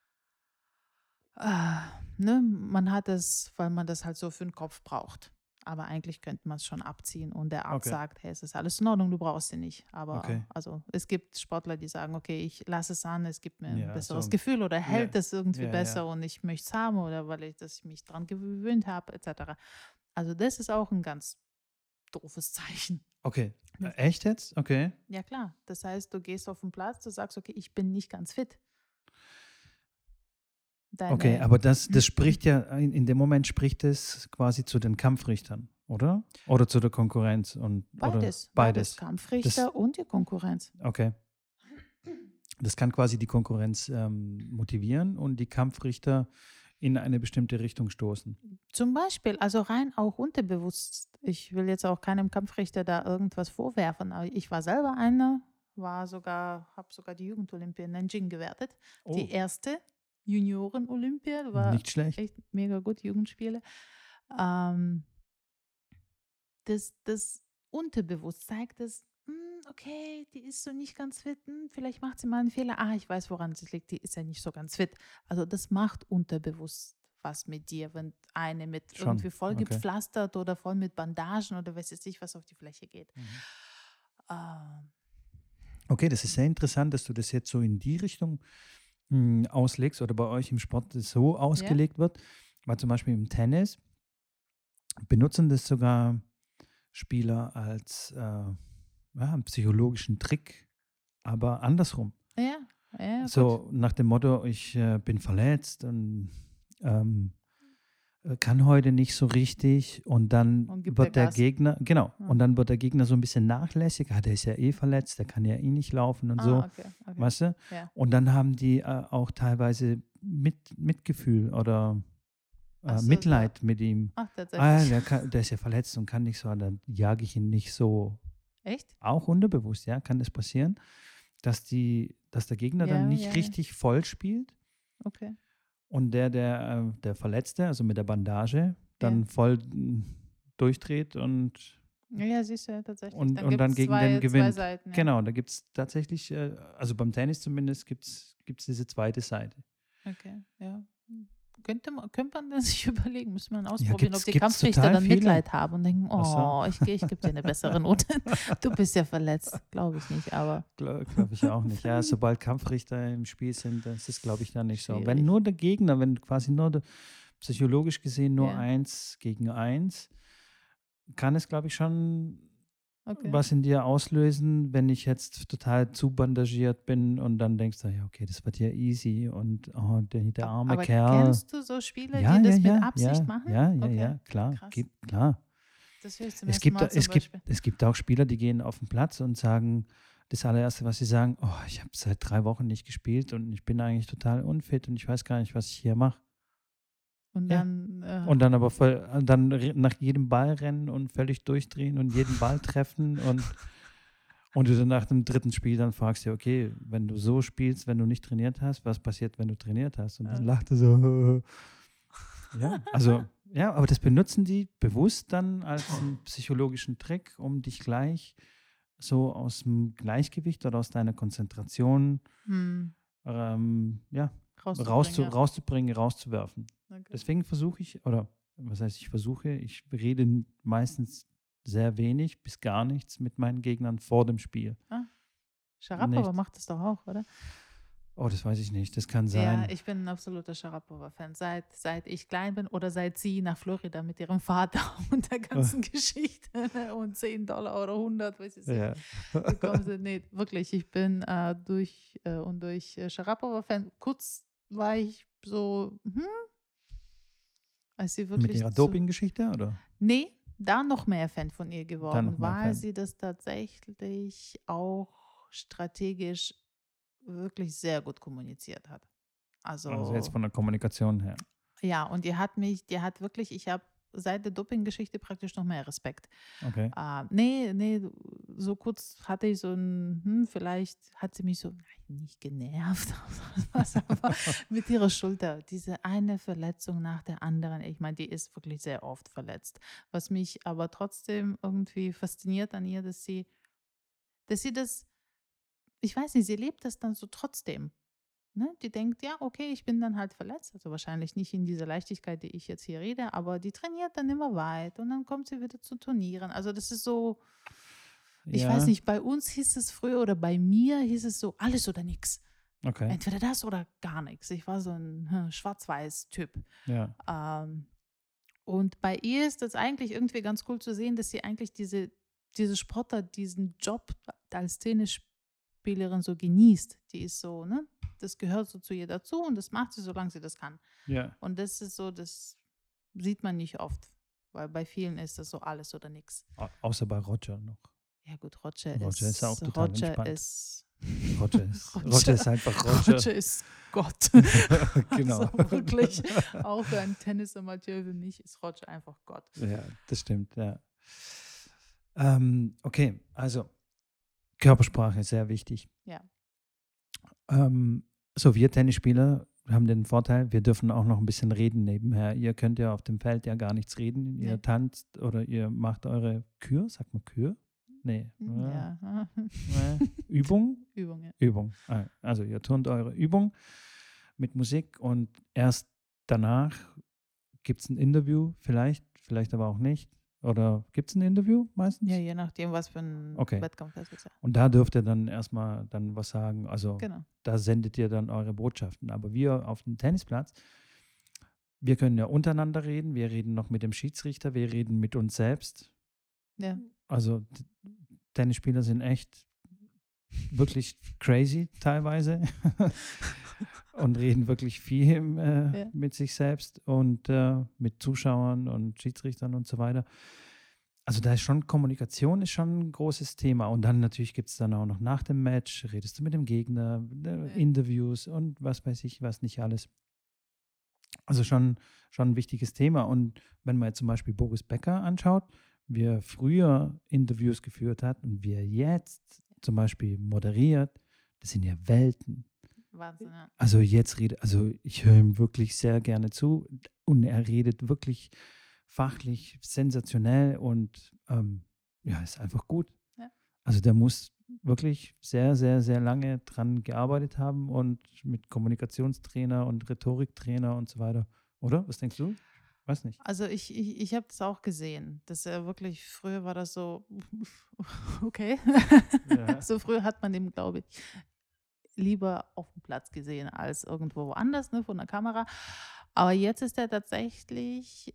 man hat es, weil man das halt so für den Kopf braucht. Aber eigentlich könnte man es schon abziehen und der Arzt sagt, hey, es ist alles in Ordnung, du brauchst sie nicht. Aber also es gibt Sportler, die sagen, okay, ich lasse es an, es gibt mir ein besseres Gefühl oder hält es irgendwie besser und ich möchte es haben oder weil ich mich daran gewöhnt habe, etc. Also das ist auch ein ganz doofes Zeichen. Okay, echt jetzt? Okay. Ja klar, das heißt, du gehst auf den Platz, du sagst, okay, ich bin nicht ganz fit. Okay, aber das spricht ja, in dem Moment spricht es quasi zu den Kampfrichtern, oder? Oder zu der Konkurrenz? Beides. Kampfrichter und die Konkurrenz. Okay. Das kann quasi die Konkurrenz motivieren und die Kampfrichter in eine bestimmte Richtung stoßen. Zum Beispiel, also rein auch unterbewusst. Ich will jetzt auch keinem Kampfrichter da irgendwas vorwerfen, aber ich war selber eine, habe sogar die Jugendolympiade in Nanjing gewertet. Die erste. Junioren-Olympia. War nicht schlecht. echt mega gut, Jugendspiele. Das unterbewusst zeigt es, okay, die ist so nicht ganz fit, vielleicht macht sie mal einen Fehler. Ich weiß, woran es liegt, die ist ja nicht so ganz fit. Also das macht unterbewusst was mit dir, wenn eine mit Schon, irgendwie voll okay. gepflastert oder voll mit Bandagen oder weiß jetzt nicht, was auf die Fläche geht. Okay, das ist sehr interessant, dass du das jetzt so in die Richtung auslegst oder bei euch im Sport das so ausgelegt wird, weil zum Beispiel im Tennis benutzen das sogar Spieler als einen psychologischen Trick, aber andersrum. Ja, so gut. nach dem Motto, ich bin verletzt und kann heute nicht so richtig und dann wird der Gegner, genau, und dann wird der Gegner so ein bisschen nachlässig, der ist ja eh verletzt, der kann ja eh nicht laufen und so, okay. weißt du? Ja. Und dann haben die auch teilweise Mitgefühl oder Mitleid mit ihm. Tatsächlich. Der ist ja verletzt und kann nicht so, dann jage ich ihn nicht so. Echt? Auch unterbewusst, ja, kann das passieren, dass der Gegner dann nicht richtig voll spielt. Okay. Und der Verletzte, also mit der Bandage, dann voll durchdreht und ja, siehst du ja tatsächlich. Und dann gegen den gewinnt. Zwei Seiten, ja. Genau, da gibt es tatsächlich, also beim Tennis zumindest, gibt es diese zweite Seite. Okay, ja. Könnte man das sich überlegen, müsste man ausprobieren, ob die gibt's Kampfrichter dann viele. Mitleid haben und denken, ich gebe dir eine bessere Note. Du bist ja verletzt. Glaube ich nicht, aber. Glaube ich auch nicht. Ja, sobald Kampfrichter im Spiel sind, das ist, glaube ich, dann nicht Schwierig. so. Wenn nur der Gegner, wenn quasi nur psychologisch gesehen nur 1 gegen 1, kann es, glaube ich, schon was in dir auslösen, wenn ich jetzt total zu bandagiert bin und dann denkst du, ja, okay, das wird ja easy und der arme aber Kerl. Kennst du so Spieler, die das mit Absicht machen? Ja, klar. Klar. Das höre ich zum ersten Mal zum Beispiel. Es gibt auch Spieler, die gehen auf den Platz und sagen, das allererste, was sie sagen, ich habe seit 3 Wochen nicht gespielt und ich bin eigentlich total unfit und ich weiß gar nicht, was ich hier mache. Und dann, und dann aber dann nach jedem Ball rennen und völlig durchdrehen und jeden Ball treffen und du dann nach dem 3. Spiel dann fragst du, okay, wenn du so spielst, wenn du nicht trainiert hast, was passiert, wenn du trainiert hast? Und dann lacht er so. Aber das benutzen die bewusst dann als einen psychologischen Trick, um dich gleich so aus dem Gleichgewicht oder aus deiner Konzentration rauszubringen, rauszuwerfen. Okay. Deswegen versuche ich, oder was heißt ich rede meistens sehr wenig bis gar nichts mit meinen Gegnern vor dem Spiel. Sharapova macht das doch auch, oder? Das weiß ich nicht, das kann sein. Ja, ich bin ein absoluter Sharapova-Fan, seit ich klein bin oder seit sie nach Florida mit ihrem Vater und der ganzen Geschichte und $10 oder 100, weiß ich nicht, gekommen sind. Nee, wirklich, ich bin durch Sharapova-Fan. Kurz war ich so, als sie wirklich mit ihrer Doping-Geschichte, oder? Nee, da noch mehr Fan von ihr geworden, weil sie das tatsächlich auch strategisch wirklich sehr gut kommuniziert hat. Also jetzt von der Kommunikation her. Ja, und ich habe seit der Doping-Geschichte praktisch noch mehr Respekt. Okay. Nee, so kurz hatte ich so vielleicht hat sie mich so nicht genervt, aber mit ihrer Schulter, diese eine Verletzung nach der anderen. Ich meine, die ist wirklich sehr oft verletzt. Was mich aber trotzdem irgendwie fasziniert an ihr, dass sie das, ich weiß nicht, sie lebt das dann so trotzdem. Ne? Die denkt, ja, okay, ich bin dann halt verletzt. Also wahrscheinlich nicht in dieser Leichtigkeit, die ich jetzt hier rede, aber die trainiert dann immer weit und dann kommt sie wieder zu Turnieren. Also das ist so, ich weiß nicht, bei uns hieß es früher oder bei mir hieß es so, alles oder nichts. Okay. Entweder das oder gar nichts. Ich war so ein Schwarz-Weiß-Typ. Ja. Und bei ihr ist das eigentlich irgendwie ganz cool zu sehen, dass sie eigentlich diese Sportler, diesen Job als Tennisspielerin so genießt. Die ist so, ne? Das gehört so zu ihr dazu und das macht sie, solange sie das kann. Ja. Und das ist so, das sieht man nicht oft, weil bei vielen ist das so alles oder nichts. Außer bei Roger noch. Ja gut, Roger ist auch total entspannt. Roger ist einfach Roger. Roger ist Gott. Genau. Also wirklich, auch für einen Tennisamateur wie mich ist Roger einfach Gott. Ja, das stimmt, ja. Okay, also Körpersprache ist sehr wichtig. Ja. Wir Tennisspieler haben den Vorteil, wir dürfen auch noch ein bisschen reden nebenher. Ihr könnt ja auf dem Feld ja gar nichts reden. Ihr tanzt oder ihr macht eure Kür, sagt man Kür? Nee. Ja. Übung? Übung, ja. Übung. Also ihr turnt eure Übung mit Musik und erst danach gibt es ein Interview, vielleicht aber auch nicht. Oder gibt es ein Interview meistens? Ja, je nachdem, was für ein Wettkampf das ist. Ja. Und da dürft ihr dann erstmal dann was sagen. Also genau. Da sendet ihr dann eure Botschaften. Aber wir auf dem Tennisplatz, wir können ja untereinander reden. Wir reden noch mit dem Schiedsrichter. Wir reden mit uns selbst. Ja. Also Tennisspieler sind echt wirklich crazy teilweise und reden wirklich viel mit sich selbst und mit Zuschauern und Schiedsrichtern und so weiter. Also da ist schon Kommunikation ist schon ein großes Thema. Und dann natürlich gibt es dann auch noch nach dem Match, redest du mit dem Gegner, Interviews und was weiß ich, was nicht alles. Also schon ein wichtiges Thema. Und wenn man jetzt zum Beispiel Boris Becker anschaut, wie er früher Interviews geführt hat und wie er jetzt zum Beispiel moderiert, das sind ja Welten. Wahnsinn, ja. Also ich höre ihm wirklich sehr gerne zu und er redet wirklich fachlich sensationell und ist einfach gut. Ja. Also der muss wirklich sehr, sehr, sehr lange dran gearbeitet haben und mit Kommunikationstrainer und Rhetoriktrainer und so weiter. Oder? Was denkst du? Weiß nicht. Also ich habe das auch gesehen, dass er wirklich, früher war das so, okay. Ja. So früher hat man den, glaube ich, lieber auf dem Platz gesehen als irgendwo woanders, ne, von der Kamera. Aber jetzt ist er tatsächlich,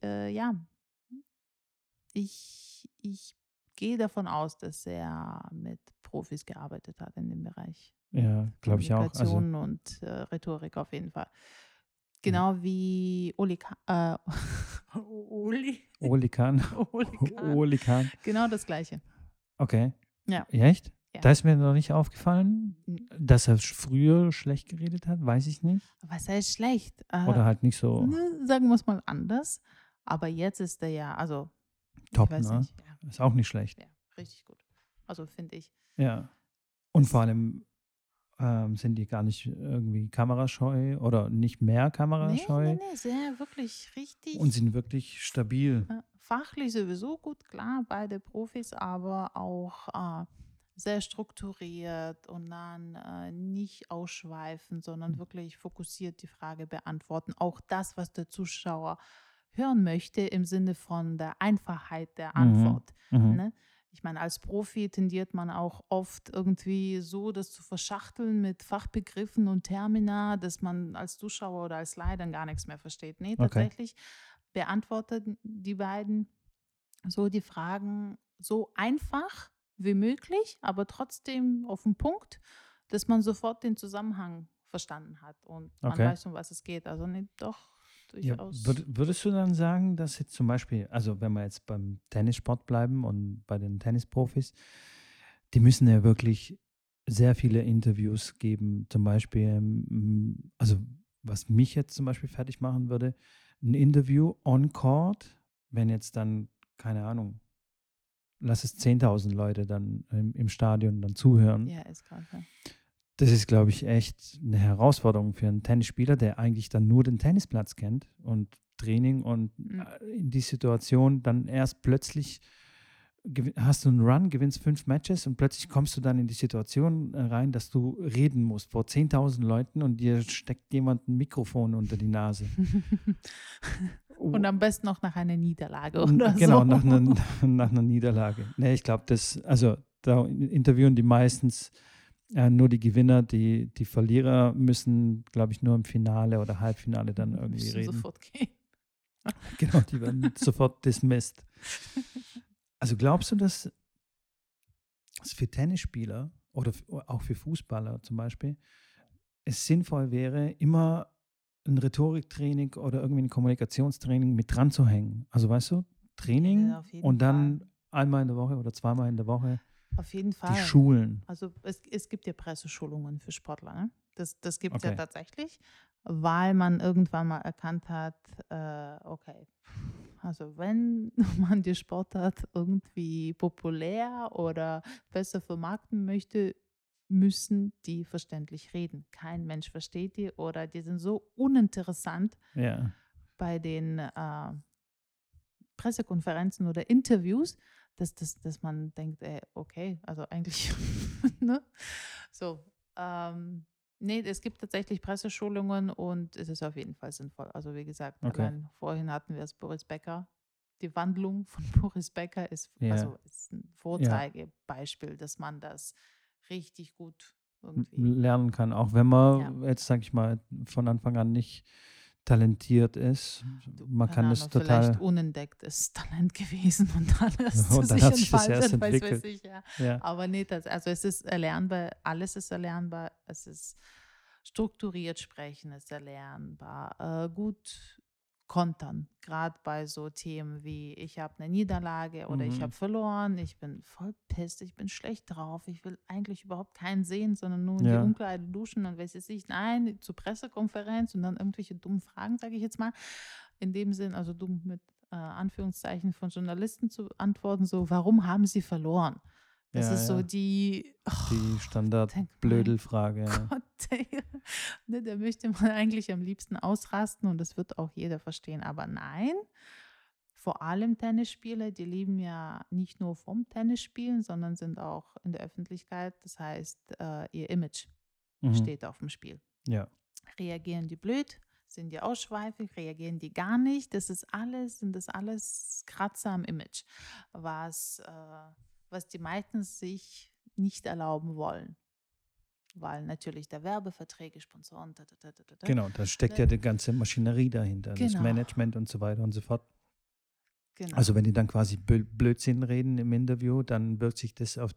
ich gehe davon aus, dass er mit Profis gearbeitet hat in dem Bereich. Ja, glaube ich auch. Also, Kommunikation und Rhetorik auf jeden Fall. Genau wie Oli Kahn. Genau das Gleiche. Okay. Ja. Echt? Ja. Da ist mir noch nicht aufgefallen, dass er früher schlecht geredet hat, weiß ich nicht. Was heißt schlecht? Oder halt nicht so. Sagen wir es mal anders. Aber jetzt ist er ja, also top, ich weiß ne? nicht. Ja. Ist auch nicht schlecht. Ja, richtig gut. Also finde ich. Ja. Und vor allem sind die gar nicht irgendwie kamerascheu oder nicht mehr kamerascheu. Nee, sehr wirklich richtig. Und sind wirklich stabil. Fachlich sowieso gut, klar, beide Profis, aber auch sehr strukturiert und dann nicht ausschweifen, sondern wirklich fokussiert die Frage beantworten. Auch das, was der Zuschauer hören möchte, im Sinne von der Einfachheit der Antwort. Ne? Ich meine, als Profi tendiert man auch oft irgendwie so, das zu verschachteln mit Fachbegriffen und Termina, dass man als Zuschauer oder als Laie dann gar nichts mehr versteht. Nee, tatsächlich beantworten die beiden so die Fragen so einfach wie möglich, aber trotzdem auf den Punkt, dass man sofort den Zusammenhang verstanden hat und man weiß, um was es geht. Also nicht doch. Ja, würdest du dann sagen, dass jetzt zum Beispiel, also wenn wir jetzt beim Tennissport bleiben und bei den Tennisprofis, die müssen ja wirklich sehr viele Interviews geben, zum Beispiel, also was mich jetzt zum Beispiel fertig machen würde, ein Interview on court, wenn jetzt dann, keine Ahnung, lass es 10.000 Leute dann im Stadion dann zuhören. Ja, ist klar. Ja. Das ist, glaube ich, echt eine Herausforderung für einen Tennisspieler, der eigentlich dann nur den Tennisplatz kennt und Training und in die Situation dann erst plötzlich hast du einen Run, gewinnst 5 Matches und plötzlich kommst du dann in die Situation rein, dass du reden musst vor 10.000 Leuten und dir steckt jemand ein Mikrofon unter die Nase. Und am besten noch nach einer Niederlage oder genau, so. nach einer Niederlage. Nee, ich glaube, da interviewen die meistens nur die Gewinner, die Verlierer müssen, glaube ich, nur im Finale oder Halbfinale dann irgendwie reden. Sofort gehen. Genau, die werden sofort dismissed. Also glaubst du, dass es für Tennisspieler oder auch für Fußballer zum Beispiel es sinnvoll wäre, immer ein Rhetoriktraining oder irgendwie ein Kommunikationstraining mit dran zu hängen? Also weißt du, Training und dann einmal in der Woche oder zweimal in der Woche. Auf jeden Fall. Die Schulen. Also es gibt ja Presseschulungen für Sportler. Ne? Das gibt es ja tatsächlich, weil man irgendwann mal erkannt hat, okay, also wenn man die Sportart irgendwie populär oder besser vermarkten möchte, müssen die verständlich reden. Kein Mensch versteht die oder die sind so uninteressant bei den Pressekonferenzen oder Interviews, dass man denkt, okay, also eigentlich, ne? So, nee, es gibt tatsächlich Presseschulungen und es ist auf jeden Fall sinnvoll. Also wie gesagt, allein vorhin hatten wir es Boris Becker. Die Wandlung von Boris Becker ist ein Vorzeigebeispiel, dass man das richtig gut irgendwie lernen kann, auch wenn man jetzt, sag ich mal, von Anfang an nicht talentiert ist. Man kann das total vielleicht unentdecktes Talent gewesen und dann hat sich das erst entwickelt. Aber nee, also es ist erlernbar, alles ist erlernbar, es ist strukturiert sprechen, ist erlernbar, gut kontern, gerade bei so Themen wie ich habe eine Niederlage oder ich habe verloren, ich bin voll pisst, ich bin schlecht drauf, ich will eigentlich überhaupt keinen sehen, sondern nur in die Umkleide duschen und weiß ich, nein, zur Pressekonferenz und dann irgendwelche dummen Fragen, sage ich jetzt mal, in dem Sinn, also dumm mit Anführungszeichen von Journalisten zu antworten, so, warum haben sie verloren? Das ist so die Standard-Blödelfrage. Da möchte man eigentlich am liebsten ausrasten und das wird auch jeder verstehen. Aber nein, vor allem Tennisspieler, die leben ja nicht nur vom Tennisspielen, sondern sind auch in der Öffentlichkeit. Das heißt, ihr Image steht auf dem Spiel. Ja. Reagieren die blöd? Sind die ausschweifig? Reagieren die gar nicht? Sind das alles Kratzer am Image, was die meisten sich nicht erlauben wollen. Weil natürlich der Werbeverträge, Sponsoren, Genau, da steckt ja die ganze Maschinerie dahinter, das Management und so weiter und so fort. Genau. Also wenn die dann quasi Blödsinn reden im Interview, dann wirkt sich das auf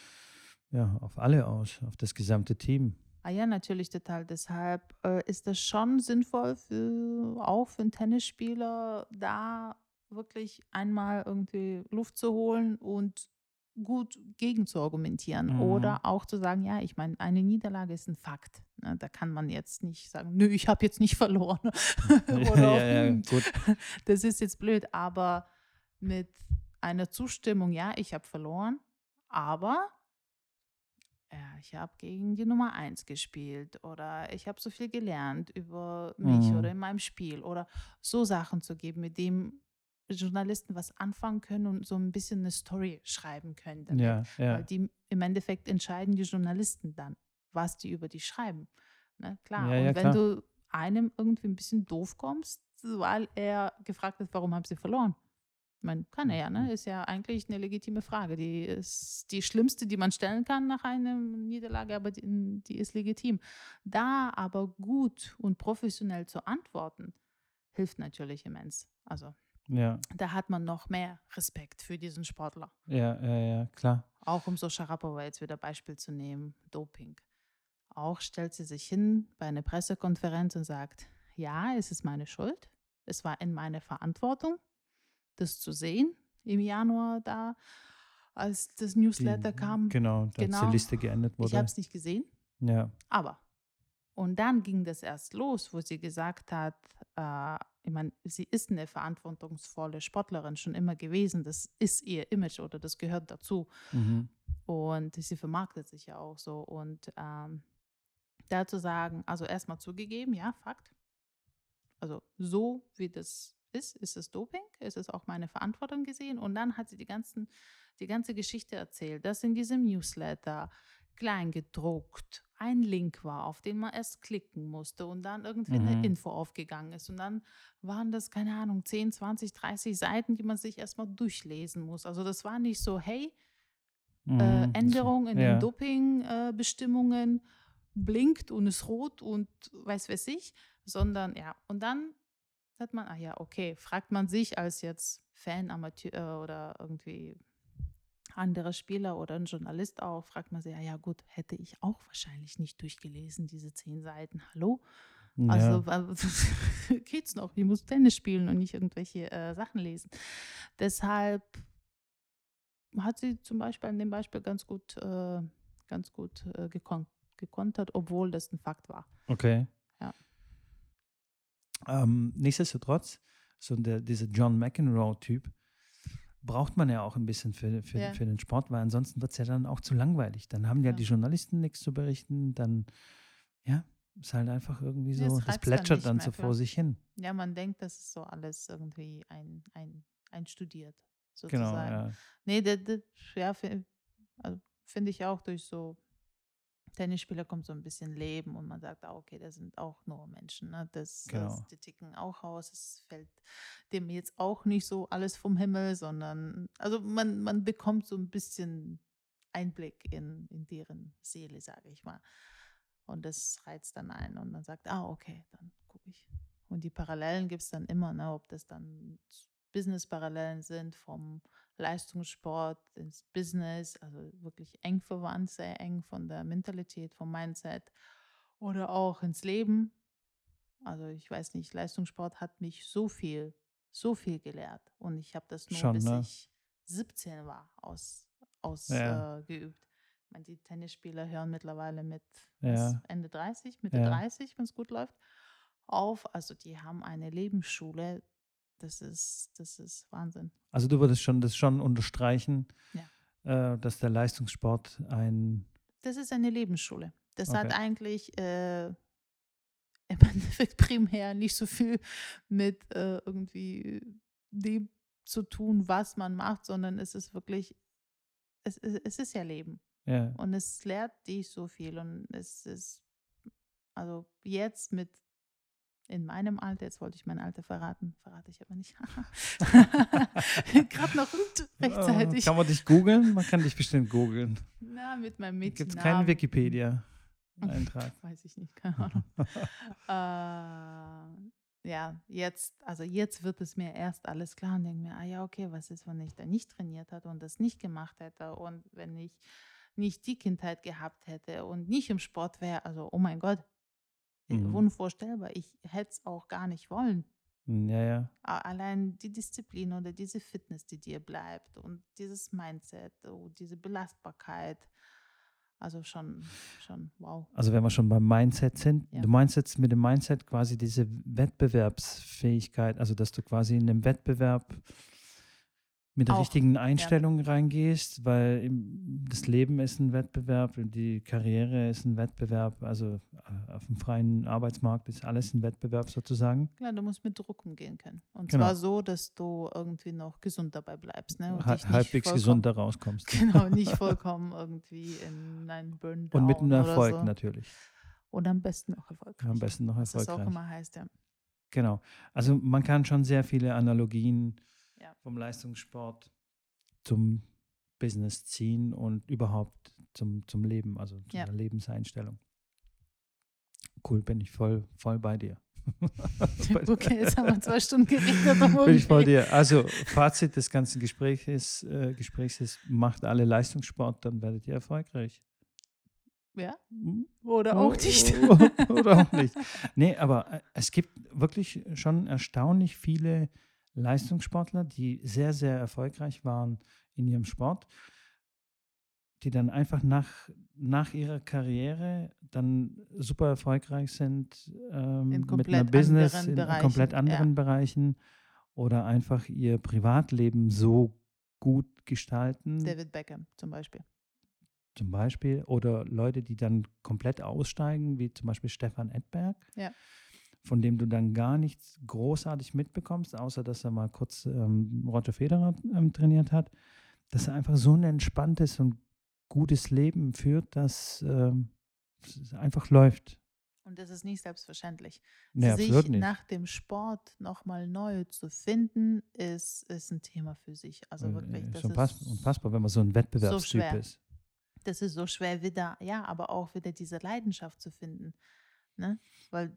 alle aus, auf das gesamte Team. Ja, natürlich total. Deshalb ist das schon sinnvoll auch für einen Tennisspieler, da wirklich einmal irgendwie Luft zu holen und gut gegen zu argumentieren oder auch zu sagen, ja, ich meine, eine Niederlage ist ein Fakt. Ne? Da kann man jetzt nicht sagen, nö, ich habe jetzt nicht verloren. Oder gut. Das ist jetzt blöd, aber mit einer Zustimmung, ja, ich habe verloren, aber ich habe gegen die Nummer 1 gespielt oder ich habe so viel gelernt über mich oder in meinem Spiel oder so Sachen zu geben, mit dem Journalisten was anfangen können und so ein bisschen eine Story schreiben können damit. Weil die im Endeffekt entscheiden die Journalisten dann, was die über die schreiben. Ne? Klar. Und wenn du einem irgendwie ein bisschen doof kommst, weil er gefragt hat, warum haben sie verloren? Ich meine, kann er ja, ne? Ist ja eigentlich eine legitime Frage. Die ist die schlimmste, die man stellen kann nach einer Niederlage, aber die ist legitim. Da aber gut und professionell zu antworten, hilft natürlich immens. Also da hat man noch mehr Respekt für diesen Sportler. Ja, klar. Auch um so Sharapova jetzt wieder Beispiel zu nehmen, Doping. Auch stellt sie sich hin bei einer Pressekonferenz und sagt, ja, es ist meine Schuld. Es war in meiner Verantwortung, das zu sehen im Januar da, als das Newsletter kam. Genau, als die Liste geändert wurde. Ich habe es nicht gesehen. Ja. Aber, und dann ging das erst los, wo sie gesagt hat, ich meine, sie ist eine verantwortungsvolle Sportlerin schon immer gewesen. Das ist ihr Image oder das gehört dazu. Und sie vermarktet sich ja auch so. Und da zu sagen, also erstmal zugegeben, ja, Fakt. Also so wie das ist es Doping, ist es auch meine Verantwortung gesehen. Und dann hat sie die ganze Geschichte erzählt, dass in diesem Newsletter kleingedruckt ein Link war, auf den man erst klicken musste und dann irgendwie eine Info aufgegangen ist. Und dann waren das, keine Ahnung, 10, 20, 30 Seiten, die man sich erstmal durchlesen muss. Also das war nicht so, hey, Änderung in den Doping-Bestimmungen, blinkt und ist rot und weiß ich, sondern und dann hat man, fragt man sich als jetzt Fan, Amateur oder irgendwie andere Spieler oder ein Journalist auch, fragt man sich, ja gut, hätte ich auch wahrscheinlich nicht durchgelesen, diese 10 Seiten, hallo? Also geht's noch, ich muss Tennis spielen und nicht irgendwelche Sachen lesen. Deshalb hat sie zum Beispiel an dem Beispiel ganz gut gekontert, obwohl das ein Fakt war. Okay. Ja. Nichtsdestotrotz, dieser John McEnroe-Typ, braucht man ja auch ein bisschen für den Sport, weil ansonsten wird es ja dann auch zu langweilig. Dann haben ja die Journalisten nichts zu berichten, dann, ja, ist halt einfach irgendwie so, das plätschert dann so vor sich hin. Ja, man denkt, das ist so alles irgendwie einstudiert, Genau, sozusagen. ja. Nee, finde ich auch, durch so Tennisspieler kommt so ein bisschen Leben und man sagt, okay, das sind auch nur Menschen, ne? Die ticken auch aus, es fällt dem jetzt auch nicht so alles vom Himmel, sondern, also man bekommt so ein bisschen Einblick in deren Seele, sage ich mal. Und das reizt dann ein und man sagt, okay, dann gucke ich. Und die Parallelen gibt es dann immer, ne? Ob das dann Business-Parallelen sind, vom Leistungssport ins Business, also wirklich eng verwandt, sehr eng von der Mentalität, vom Mindset, oder auch ins Leben. Also ich weiß nicht, Leistungssport hat mich so viel gelehrt und ich habe das nur bis ich 17 war ausgeübt. Ich meine, die Tennisspieler hören mittlerweile mit Ende 30, Mitte 30, wenn es gut läuft, auf. Also die haben eine Lebensschule. Das ist Wahnsinn. Also du würdest das schon unterstreichen, dass der Leistungssport das ist eine Lebensschule. Das hat eigentlich im Endeffekt primär nicht so viel mit irgendwie dem zu tun, was man macht, sondern es ist wirklich, es ist ja Leben. Ja. Und es lehrt dich so viel. Und es ist, also jetzt in meinem Alter, jetzt wollte ich mein Alter verrate ich aber nicht. Gerade noch rechtzeitig. Kann man dich googeln? Man kann dich bestimmt googeln. Na, mit meinem Mädchen. Gibt es keinen Wikipedia-Eintrag? Weiß ich nicht, keine Ahnung. Jetzt wird es mir erst alles klar und denke mir, okay, was ist, wenn ich da nicht trainiert hätte und das nicht gemacht hätte und wenn ich nicht die Kindheit gehabt hätte und nicht im Sport wäre, also oh mein Gott, unvorstellbar. Ich hätte es auch gar nicht wollen. Ja. Allein die Disziplin oder diese Fitness, die dir bleibt und dieses Mindset, diese Belastbarkeit, also schon wow. Also wenn wir schon beim Mindset sind, du meinst jetzt mit dem Mindset quasi diese Wettbewerbsfähigkeit, also dass du quasi in einem Wettbewerb mit der richtigen Einstellung reingehst, weil das Leben ist ein Wettbewerb, die Karriere ist ein Wettbewerb, also auf dem freien Arbeitsmarkt ist alles ein Wettbewerb sozusagen. Klar, du musst mit Druck umgehen können. Und zwar so, dass du irgendwie noch gesund dabei bleibst. Ne? Und halbwegs gesund da rauskommst. Genau, nicht vollkommen irgendwie in einen Burn-down. Und mit einem Erfolg so. natürlich. Und am besten noch erfolgreich. Am besten noch erfolgreich. Was das auch immer heißt, ja. Genau. Also man kann schon sehr viele Analogien vom Leistungssport zum Business ziehen und überhaupt zum Leben, also zu einer Lebenseinstellung. Cool, bin ich voll bei dir. Okay, jetzt haben wir 2 Stunden geredet. Bin ich bei dir. Also Fazit des ganzen Gesprächs ist, macht alle Leistungssport, dann werdet ihr erfolgreich. Ja, oder auch nicht. Oder auch nicht. Nee, aber es gibt wirklich schon erstaunlich viele Leistungssportler, die sehr, sehr erfolgreich waren in ihrem Sport, die dann einfach nach ihrer Karriere dann super erfolgreich sind mit einer Business in komplett anderen Bereichen oder einfach ihr Privatleben so gut gestalten. David Beckham zum Beispiel. Oder Leute, die dann komplett aussteigen, wie zum Beispiel Stefan Edberg. Ja. Von dem du dann gar nichts großartig mitbekommst, außer dass er mal kurz Roger Federer trainiert hat, dass er einfach so ein entspanntes und gutes Leben führt, dass es einfach läuft. Und das ist nicht selbstverständlich. Nee, sich nach dem Sport nochmal neu zu finden, ist ein Thema für sich. Also wirklich, das ist unfassbar, wenn man so ein Wettbewerbstyp ist. Das ist so schwer wieder, aber auch wieder diese Leidenschaft zu finden. Ne? Weil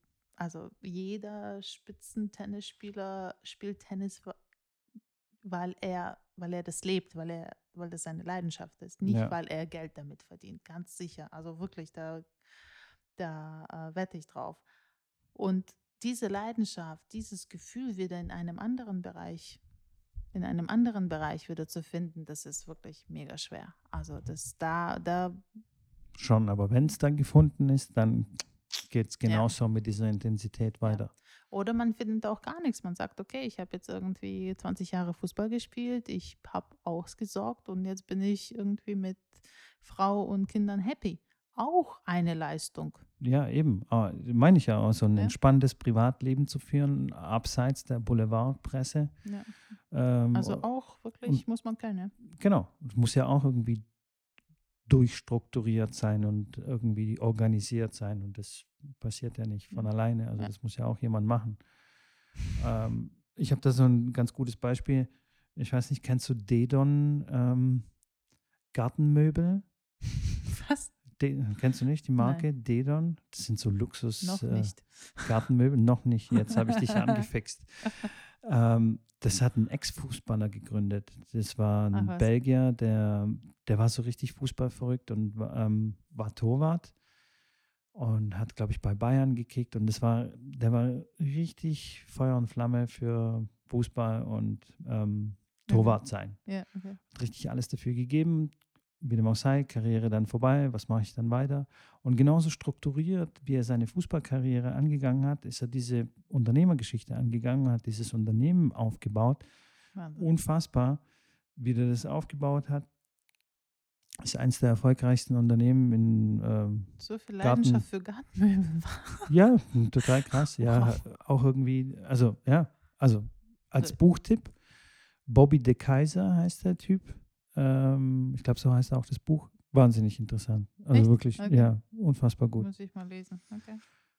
jeder Spitzentennisspieler spielt Tennis, weil er das lebt, weil das seine Leidenschaft ist. Nicht, weil er Geld damit verdient, ganz sicher. Also wirklich, da wette ich drauf. Und diese Leidenschaft, dieses Gefühl wieder in einem anderen Bereich wieder zu finden, das ist wirklich mega schwer. Also das da schon, aber wenn es dann gefunden ist, dann geht es genauso mit dieser Intensität weiter. Oder man findet auch gar nichts. Man sagt, okay, ich habe jetzt irgendwie 20 Jahre Fußball gespielt, ich habe ausgesorgt und jetzt bin ich irgendwie mit Frau und Kindern happy. Auch eine Leistung. Ja, eben. Meine ich ja auch, so ein Ja. entspanntes Privatleben zu führen, abseits der Boulevardpresse. Ja. Ähm, Also auch wirklich muss man können. Ja. Genau. Es muss ja auch irgendwie durchstrukturiert sein und irgendwie organisiert sein. Und das passiert ja nicht von alleine. Also das muss ja auch jemand machen. Ich habe da so ein ganz gutes Beispiel. Ich weiß nicht, kennst du Dedon Gartenmöbel? Was? Kennst du nicht die Marke Nein. Dedon? Das sind so Luxus Noch nicht. Gartenmöbel. Noch nicht. Jetzt habe ich dich angefixt. Das hat ein Ex-Fußballer gegründet. Das war ein Belgier, der war so richtig fußballverrückt und war Torwart und hat, glaube ich, bei Bayern gekickt. Und der war richtig Feuer und Flamme für Fußball und Torwart sein. Ja, okay. Hat richtig alles dafür gegeben. Wie dem auch sei, Karriere dann vorbei, was mache ich dann weiter? Und genauso strukturiert, wie er seine Fußballkarriere angegangen hat, ist er diese Unternehmergeschichte angegangen, hat dieses Unternehmen aufgebaut. Wahnsinn. Unfassbar, wie er das aufgebaut hat. Ist eines der erfolgreichsten Unternehmen in so viel Leidenschaft für Gartenmöbel. Ja, total krass. Ja, auch irgendwie, also als Buchtipp, Bobby de Keyser heißt der Typ. Ich glaube, so heißt auch das Buch. Wahnsinnig interessant. Also echt? Wirklich, okay. Ja, unfassbar gut. Muss ich mal lesen. Okay.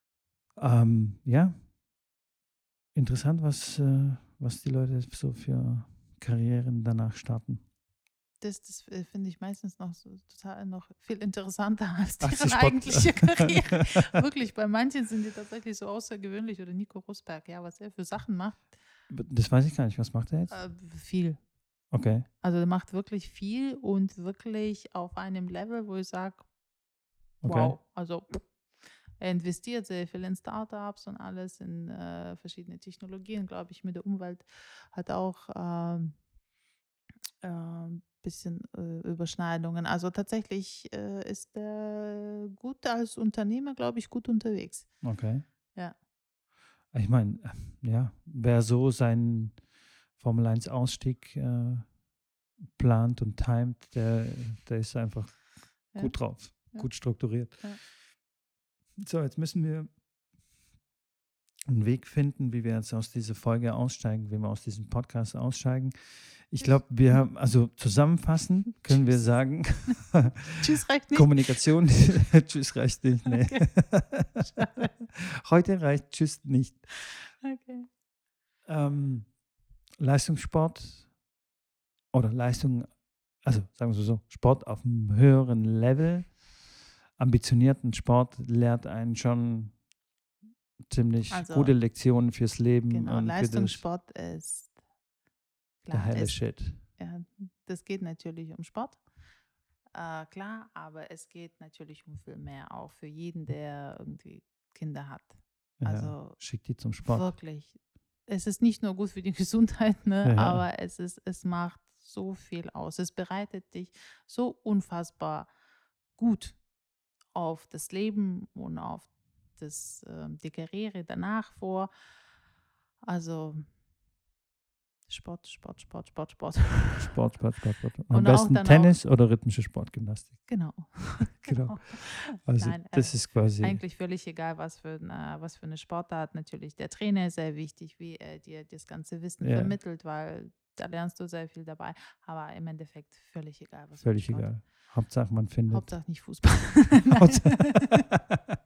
Ja, interessant, was die Leute so für Karrieren danach starten. Das finde ich meistens noch so total noch viel interessanter als deren eigentliche Karriere. Wirklich, bei manchen sind die tatsächlich so außergewöhnlich. Oder Nico Rosberg, ja, was er für Sachen macht. Das weiß ich gar nicht. Was macht er jetzt? Viel. Okay. Also er macht wirklich viel und wirklich auf einem Level, wo ich sage, wow, also er investiert sehr viel in Startups und alles, in verschiedene Technologien, glaube ich, mit der Umwelt, hat auch ein bisschen Überschneidungen. Also tatsächlich ist er gut als Unternehmer, glaube ich, gut unterwegs. Okay. Ja. Ich meine, ja, wer so seinen Formel-1-Ausstieg plant und timet, der ist einfach gut drauf, gut strukturiert. Ja. So, jetzt müssen wir einen Weg finden, wie wir jetzt aus dieser Folge aussteigen, wie wir aus diesem Podcast aussteigen. Ich glaube, wir haben, also zusammenfassend können wir sagen, Tschüss reicht nicht. Kommunikation, Tschüss reicht nicht. Nee. Okay. Heute reicht Tschüss nicht. Okay. Leistungssport oder also sagen wir so, Sport auf einem höheren Level, ambitionierten Sport lehrt einen schon ziemlich gute Lektionen fürs Leben. Genau, und Leistungssport ist klar, der helle Shit. Ja, das geht natürlich um Sport, klar, aber es geht natürlich um viel mehr, auch für jeden, der irgendwie Kinder hat. Ja, also schick die zum Sport. Wirklich. Es ist nicht nur gut für die Gesundheit, ne, aber es macht so viel aus. Es bereitet dich so unfassbar gut auf das Leben und auf die Karriere danach vor. Also Sport. Sport. Und am besten Tennis oder rhythmische Sportgymnastik. Genau. Genau. Also nein, das ist quasi eigentlich völlig egal, was für eine Sportart. Natürlich der Trainer ist sehr wichtig, wie er dir das ganze Wissen vermittelt, weil da lernst du sehr viel dabei. Aber im Endeffekt völlig egal. Völlig egal. Hauptsache man findet. Hauptsache nicht Fußball.